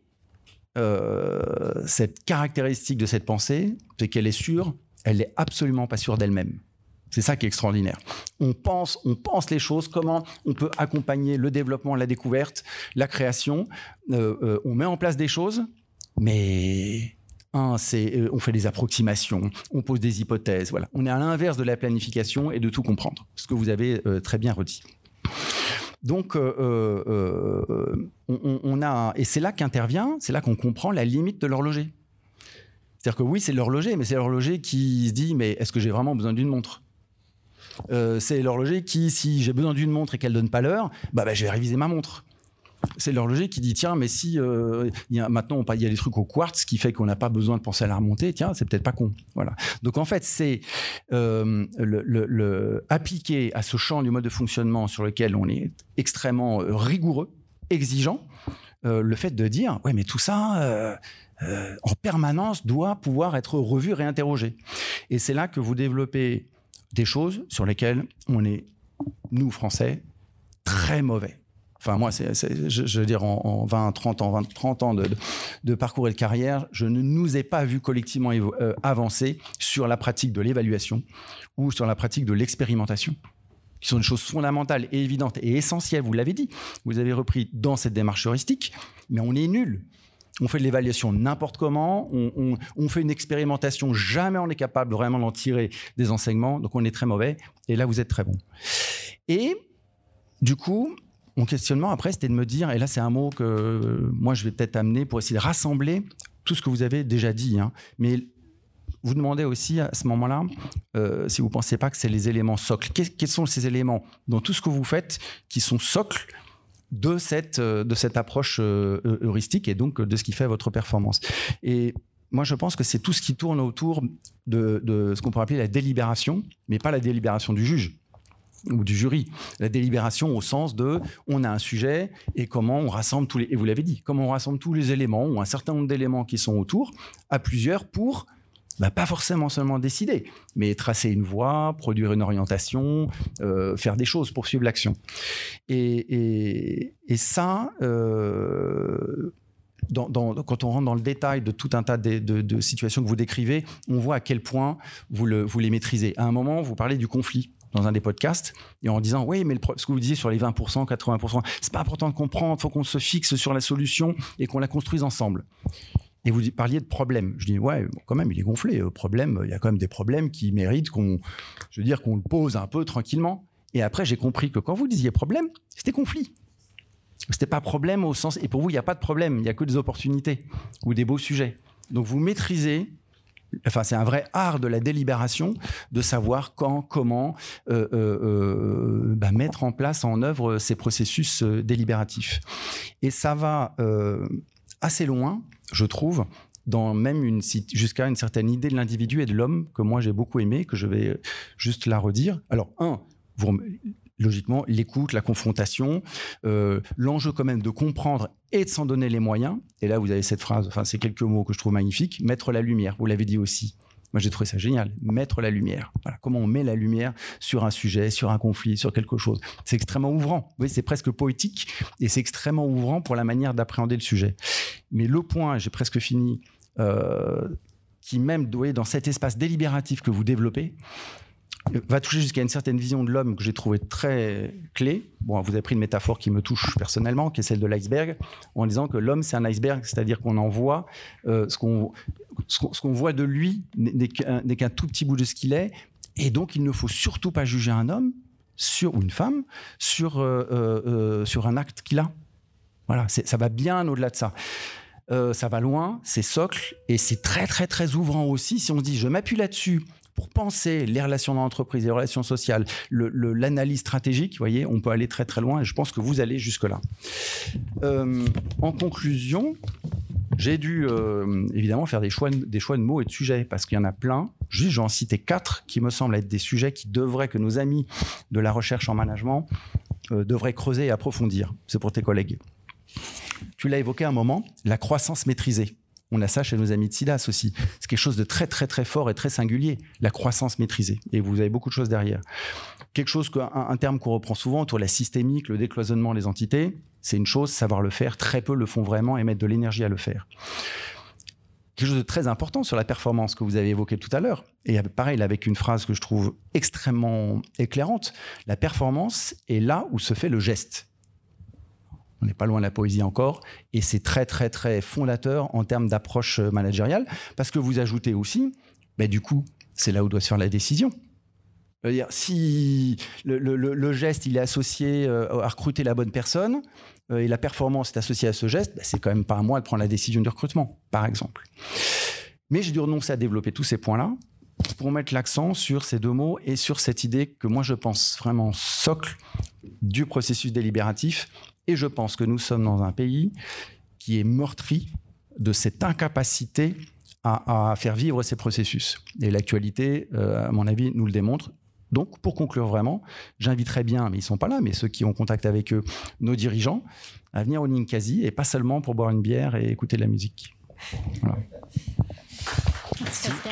cette caractéristique de cette pensée, c'est qu'elle est sûre, elle n'est absolument pas sûre d'elle-même. C'est ça qui est extraordinaire. On pense les choses, comment on peut accompagner le développement, la découverte, la création. On met en place des choses, mais on fait des approximations, on pose des hypothèses. Voilà. On est à l'inverse de la planification et de tout comprendre, ce que vous avez très bien redit. Donc, et c'est là qu'intervient, c'est là qu'on comprend la limite de l'horloger. C'est-à-dire que oui, c'est l'horloger, mais c'est l'horloger qui se dit, mais est-ce que j'ai vraiment besoin d'une montre ? C'est l'horloger qui, si j'ai besoin d'une montre et qu'elle ne donne pas l'heure, je vais réviser ma montre. C'est l'horloger qui dit, tiens, mais si maintenant il y a des trucs au quartz qui fait qu'on n'a pas besoin de penser à la remonter, tiens, c'est peut-être pas con. Voilà. Donc en fait, c'est appliquer à ce champ du mode de fonctionnement sur lequel on est extrêmement rigoureux, exigeant, le fait de dire, ouais, mais tout ça, en permanence, doit pouvoir être revu, réinterrogé. Et c'est là que vous développez des choses sur lesquelles on est, nous, Français, très mauvais. Enfin, moi, je veux dire, en 30 ans de parcours et de carrière, je ne nous ai pas vu collectivement avancer sur la pratique de l'évaluation ou sur la pratique de l'expérimentation, qui sont des choses fondamentales et évidentes et essentielles, vous l'avez dit. Vous avez repris dans cette démarche heuristique, mais on est nul. On fait de l'évaluation n'importe comment, on fait une expérimentation, jamais on est capable vraiment d'en tirer des enseignements, donc on est très mauvais, et là vous êtes très bon. Et du coup, mon questionnement après, c'était de me dire, et là c'est un mot que moi je vais peut-être amener pour essayer de rassembler tout ce que vous avez déjà dit, mais vous demandez aussi à ce moment-là, si vous ne pensez pas que c'est les éléments socles. Quels sont ces éléments dans tout ce que vous faites qui sont socles de cette approche heuristique et donc de ce qui fait votre performance. Et moi, je pense que c'est tout ce qui tourne autour de ce qu'on pourrait appeler la délibération, mais pas la délibération du juge ou du jury. La délibération au sens de on a un sujet et comment on rassemble tous les... Et vous l'avez dit, comment on rassemble tous les éléments ou un certain nombre d'éléments qui sont autour à plusieurs pour... pas forcément seulement décider, mais tracer une voie, produire une orientation, faire des choses pour suivre l'action. Et ça, quand on rentre dans le détail de tout un tas de situations que vous décrivez, on voit à quel point vous les maîtrisez. À un moment, vous parlez du conflit dans un des podcasts, et en disant, oui, mais ce que vous disiez sur les 20%, 80%, c'est pas important de comprendre, il faut qu'on se fixe sur la solution et qu'on la construise ensemble. Et vous parliez de problème. Je dis, ouais, bon, quand même, il est gonflé. Problème, il y a quand même des problèmes qui méritent qu'on le pose un peu tranquillement. Et après, j'ai compris que quand vous disiez problème, c'était conflit. C'était pas problème au sens... Et pour vous, il n'y a pas de problème. Il n'y a que des opportunités ou des beaux sujets. Donc, vous maîtrisez... Enfin, c'est un vrai art de la délibération, de savoir quand, comment mettre en place, en œuvre ces processus délibératifs. Et ça va assez loin, je trouve, dans même jusqu'à une certaine idée de l'individu et de l'homme que moi j'ai beaucoup aimé, que je vais juste la redire. Alors, logiquement, l'écoute, la confrontation, l'enjeu quand même de comprendre et de s'en donner les moyens. Et là, vous avez cette phrase, enfin, ces quelques mots que je trouve magnifiques, mettre la lumière, vous l'avez dit aussi. Moi, j'ai trouvé ça génial, mettre la lumière. Voilà, comment on met la lumière sur un sujet, sur un conflit, sur quelque chose. C'est extrêmement ouvrant. Vous voyez, c'est presque poétique et c'est extrêmement ouvrant pour la manière d'appréhender le sujet. Mais le point, j'ai presque fini, qui même, vous voyez, dans cet espace délibératif que vous développez, va toucher jusqu'à une certaine vision de l'homme que j'ai trouvée très clé. Bon, vous avez pris une métaphore qui me touche personnellement, qui est celle de l'iceberg, en disant que l'homme, c'est un iceberg, c'est-à-dire qu'on en voit ce qu'on voit de lui n'est qu'un tout petit bout de ce qu'il est, et donc il ne faut surtout pas juger un homme ou une femme sur un acte qu'il a. Voilà, ça va bien au-delà de ça. Ça va loin, c'est socle, et c'est très, très, très ouvrant aussi. Si on se dit, je m'appuie là-dessus pour penser les relations dans l'entreprise, les relations sociales, l'analyse stratégique, vous voyez, on peut aller très, très loin, et je pense que vous allez jusque-là. En conclusion, j'ai dû évidemment faire des choix de mots et de sujets, parce qu'il y en a plein. Juste, j'en citais 4 qui me semblent être des sujets que nos amis de la recherche en management devraient creuser et approfondir. C'est pour tes collègues. Tu l'as évoqué un moment, la croissance maîtrisée. On a ça chez nos amis de SIDAS aussi. C'est quelque chose de très, très, très fort et très singulier, la croissance maîtrisée. Et vous avez beaucoup de choses derrière. Quelque chose, un terme qu'on reprend souvent autour de la systémique, le décloisonnement des entités, c'est une chose, savoir le faire. Très peu le font vraiment et mettent de l'énergie à le faire. Quelque chose de très important sur la performance que vous avez évoqué tout à l'heure. Et pareil, avec une phrase que je trouve extrêmement éclairante. La performance est là où se fait le geste. On n'est pas loin de la poésie encore, et c'est très, très, très fondateur en termes d'approche managériale, parce que vous ajoutez aussi, du coup, c'est là où doit se faire la décision. C'est-à-dire, si le geste, il est associé à recruter la bonne personne, et la performance est associée à ce geste, c'est quand même pas à moi de prendre la décision du recrutement, par exemple. Mais j'ai dû renoncer à développer tous ces points-là pour mettre l'accent sur ces 2 mots et sur cette idée que moi, je pense vraiment socle du processus délibératif. Et je pense que nous sommes dans un pays qui est meurtri de cette incapacité à faire vivre ces processus. Et l'actualité, à mon avis, nous le démontre. Donc, pour conclure vraiment, j'inviterais bien, mais ils ne sont pas là, mais ceux qui ont contact avec eux, nos dirigeants, à venir au Ninkasi, et pas seulement pour boire une bière et écouter de la musique. Voilà. Merci Pascal.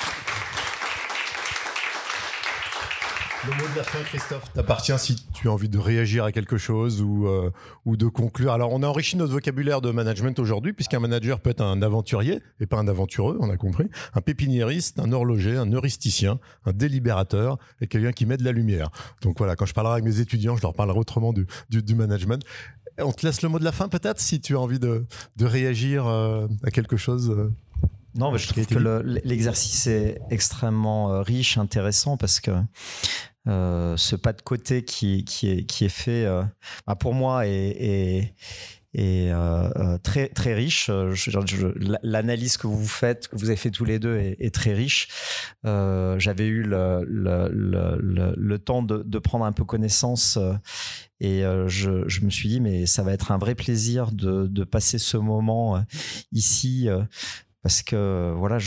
Le mot de la fin, Christophe, t'appartient si tu as envie de réagir à quelque chose ou de conclure. Alors, on a enrichi notre vocabulaire de management aujourd'hui, puisqu'un manager peut être un aventurier et pas un aventureux, on a compris, un pépiniériste, un horloger, un heuristicien, un délibérateur et quelqu'un qui met de la lumière. Donc voilà, quand je parlerai avec mes étudiants, je leur parlerai autrement du management. On te laisse le mot de la fin peut-être, si tu as envie de réagir à quelque chose. Non, mais je trouve que l'exercice est extrêmement riche, intéressant, parce que ce pas de côté qui est fait, pour moi, est très, très riche. L'analyse que vous faites, que vous avez fait tous les deux, est très riche. J'avais eu le temps de prendre un peu connaissance, et je me suis dit, mais ça va être un vrai plaisir de passer ce moment ici, parce que voilà,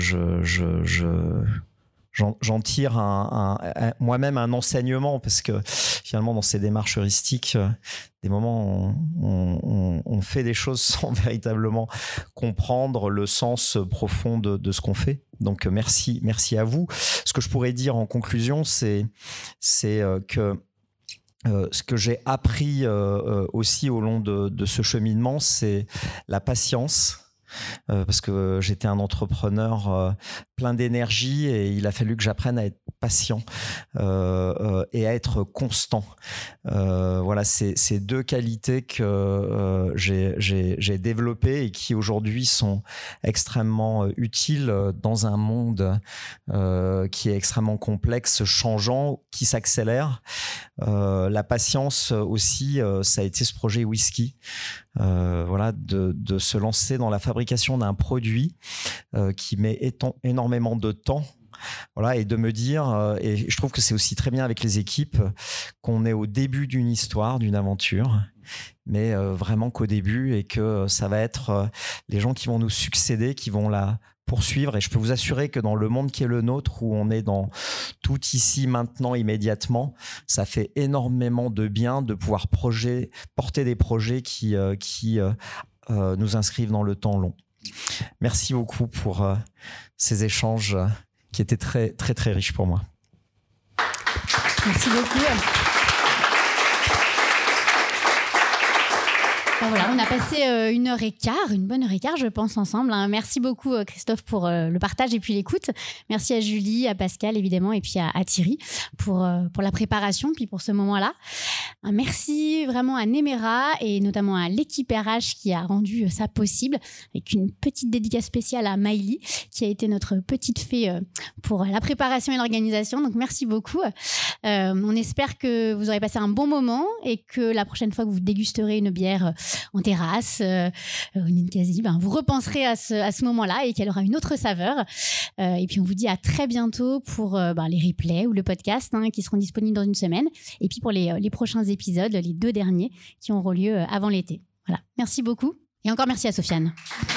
j'en tire moi-même un enseignement, parce que finalement, dans ces démarches heuristiques, des moments on fait des choses sans véritablement comprendre le sens profond de ce qu'on fait. Donc merci à vous. Ce que je pourrais dire en conclusion, c'est que ce que j'ai appris aussi au long de ce cheminement, c'est la patience. Parce que j'étais un entrepreneur plein d'énergie, et il a fallu que j'apprenne à être patient et à être constant. Voilà, c'est 2 qualités que j'ai développées et qui aujourd'hui sont extrêmement utiles dans un monde qui est extrêmement complexe, changeant, qui s'accélère. La patience aussi, ça a été ce projet whisky. Voilà, de se lancer dans la fabrication d'un produit qui met énormément de temps. Voilà, et de me dire, et je trouve que c'est aussi très bien avec les équipes, qu'on est au début d'une histoire, d'une aventure, mais vraiment qu'au début, et que ça va être les gens qui vont nous succéder, qui vont la poursuivre. Et je peux vous assurer que dans le monde qui est le nôtre, où on est dans tout ici, maintenant, immédiatement, ça fait énormément de bien de pouvoir porter des projets qui nous inscrivent dans le temps long. Merci beaucoup pour ces échanges qui étaient très, très, très riches pour moi. Merci beaucoup. Ben voilà, on a passé 1h15, une bonne 1h15, je pense, ensemble. Hein. Merci beaucoup, Christophe, pour le partage et puis l'écoute. Merci à Julie, à Pascal, évidemment, et puis à Thierry pour la préparation, puis pour ce moment-là. Merci vraiment à Nemera et notamment à l'équipe RH qui a rendu ça possible, avec une petite dédicace spéciale à Maïli, qui a été notre petite fée pour la préparation et l'organisation. Donc, merci beaucoup. On espère que vous aurez passé un bon moment et que la prochaine fois que vous dégusterez une bière en terrasse, une Ninkasi, vous repenserez à ce moment-là et qu'elle aura une autre saveur. Et puis, on vous dit à très bientôt pour les replays ou le podcast qui seront disponibles dans une semaine. Et puis, pour les prochains épisodes, les 2 derniers qui auront lieu avant l'été. Voilà. Merci beaucoup. Et encore merci à Sofiane.